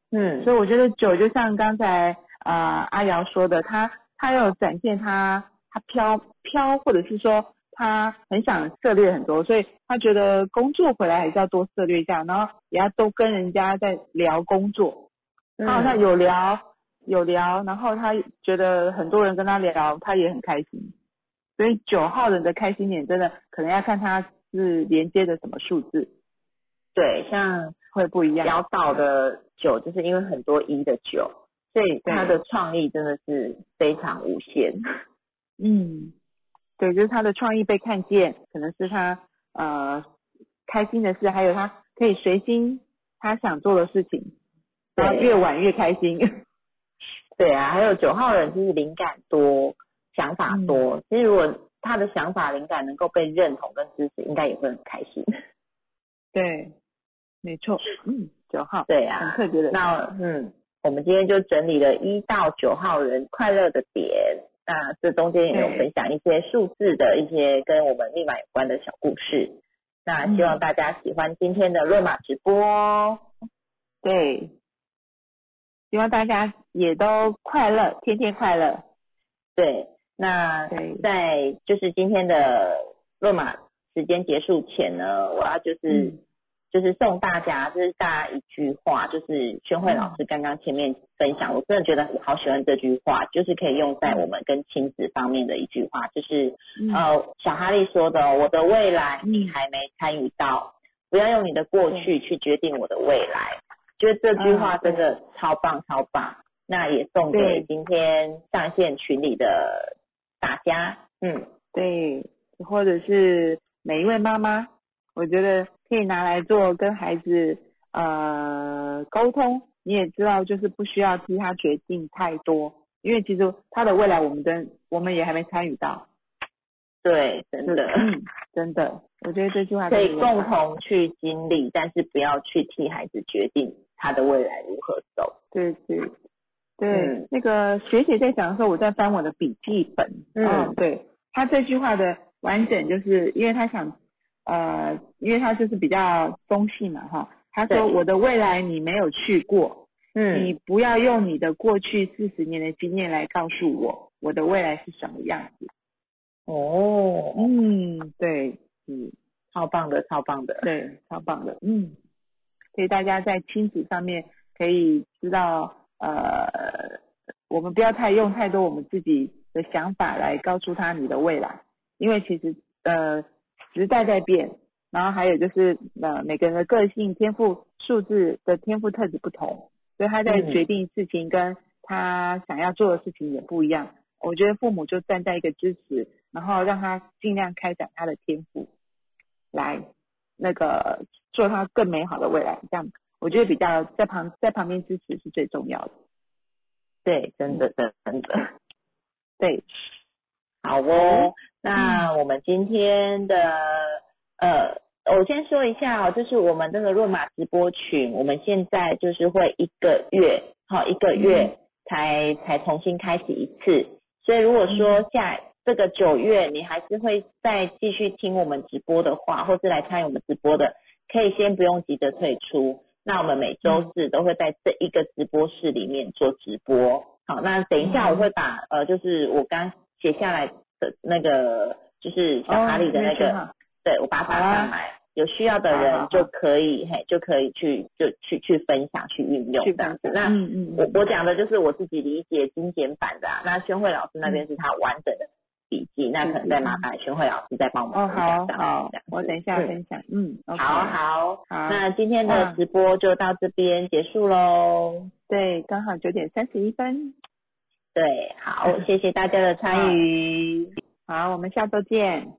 嗯， 所以我觉得酒就像刚才呃阿瑶说的，他他要展现他他飘飘，或者是说他很想涉猎很多，所以他觉得工作回来还是要多涉猎一下，然后也要都跟人家在聊工作，他好像有聊有聊，然后他觉得很多人跟他聊，他也很开心。所以九号人的开心点真的可能要看他是连接的什么数字， 对，像会不一样。 潦倒的九就是因为很多一的九，所以他的创意真的是非常无限。 嗯，对，就是他的创意被看见，可能是他呃开心的事，还有他可以随心他想做的事情，然后越晚越开心。 对啊，还有九号人就是灵感多，想法多，嗯、其实如果他的想法灵感能够被认同跟支持，应该也会很开心。 对，没错，嗯，九号， 对啊， 很特别的。 那嗯，我们今天就整理了一到九号人快乐的点，那这中间也有分享一些数字的一些跟我们密码有关的小故事。那希望大家喜欢今天的论码直播哦。 对，希望大家也都快乐，天天快乐。 对，那在就是今天的论码时间结束前呢，我要就是、嗯、就是送大家，就是大家一句话，就是宣慧老师刚刚前面分享，我真的觉得好喜欢这句话，就是可以用在我们跟亲子方面的一句话，就是、嗯、呃小哈利说的，我的未来你还没参与到，不要用你的过去去决定我的未来。觉得这句话真的超棒超棒，那也送给今天上线群里的大家。嗯， 对，或者是每一位妈妈，我觉得可以拿来做跟孩子呃沟通。你也知道，就是不需要替他决定太多，因为其实他的未来我们跟我们也还没参与到。 对，真的， 嗯，真的，我觉得这句话可以共同去经历，但是不要去替孩子决定他的未来如何走。 对对对、嗯，那个学姐在讲的时候，我在翻我的笔记本。嗯，哦、对，他这句话的完整，就是因为他想，呃，因为他就是比较中性嘛，哈。他说：“我的未来你没有去过，嗯，你不要用你的过去四十年的经验来告诉我，我的未来是什么样子。” 哦， 嗯，对，嗯， 超棒的，超棒的， 对，超棒的，嗯，所以大家在亲子上面可以知道，呃，我们不要太用太多我们自己的想法来告诉他你的未来，因为其实呃时代在变，然后还有就是呃每个人的个性、天赋、数字的天赋特质不同，所以他在决定事情跟他想要做的事情也不一样。嗯，我觉得父母就站在一个支持，然后让他尽量开展他的天赋，来那个做他更美好的未来。这样我觉得比较在旁在旁边支持是最重要的。 对，真的真的真的。 对， 好哦。那我们今天的呃，我先说一下哦，就是我们这个论码直播群，我们现在就是会一个月，好一个月才、嗯、才重新开启一次。所以如果说下这个九月你还是会再继续听我们直播的话，或是来参与我们直播的，可以先不用急着退出。那我们每周四都会在这一个直播室里面做直播。好，那等一下我会把呃，就是我刚写下来的那个，就是小哈利的那个，哦、对我把它发上来。有需要的人就可以嘿，就可以去就去去分享去运用这样子。那嗯嗯我我讲的就是我自己理解精简版的啊。那宣慧老师那边是他完整的笔记，嗯、那可能再麻烦宣慧老师再帮我们分享这样。 哦好，好，我等一下分享。嗯，嗯 okay, 好好好。那今天的直播就到这边结束喽。 对，刚好九点三十一分。 对，好，谢谢大家的参与。 好，我们下周见。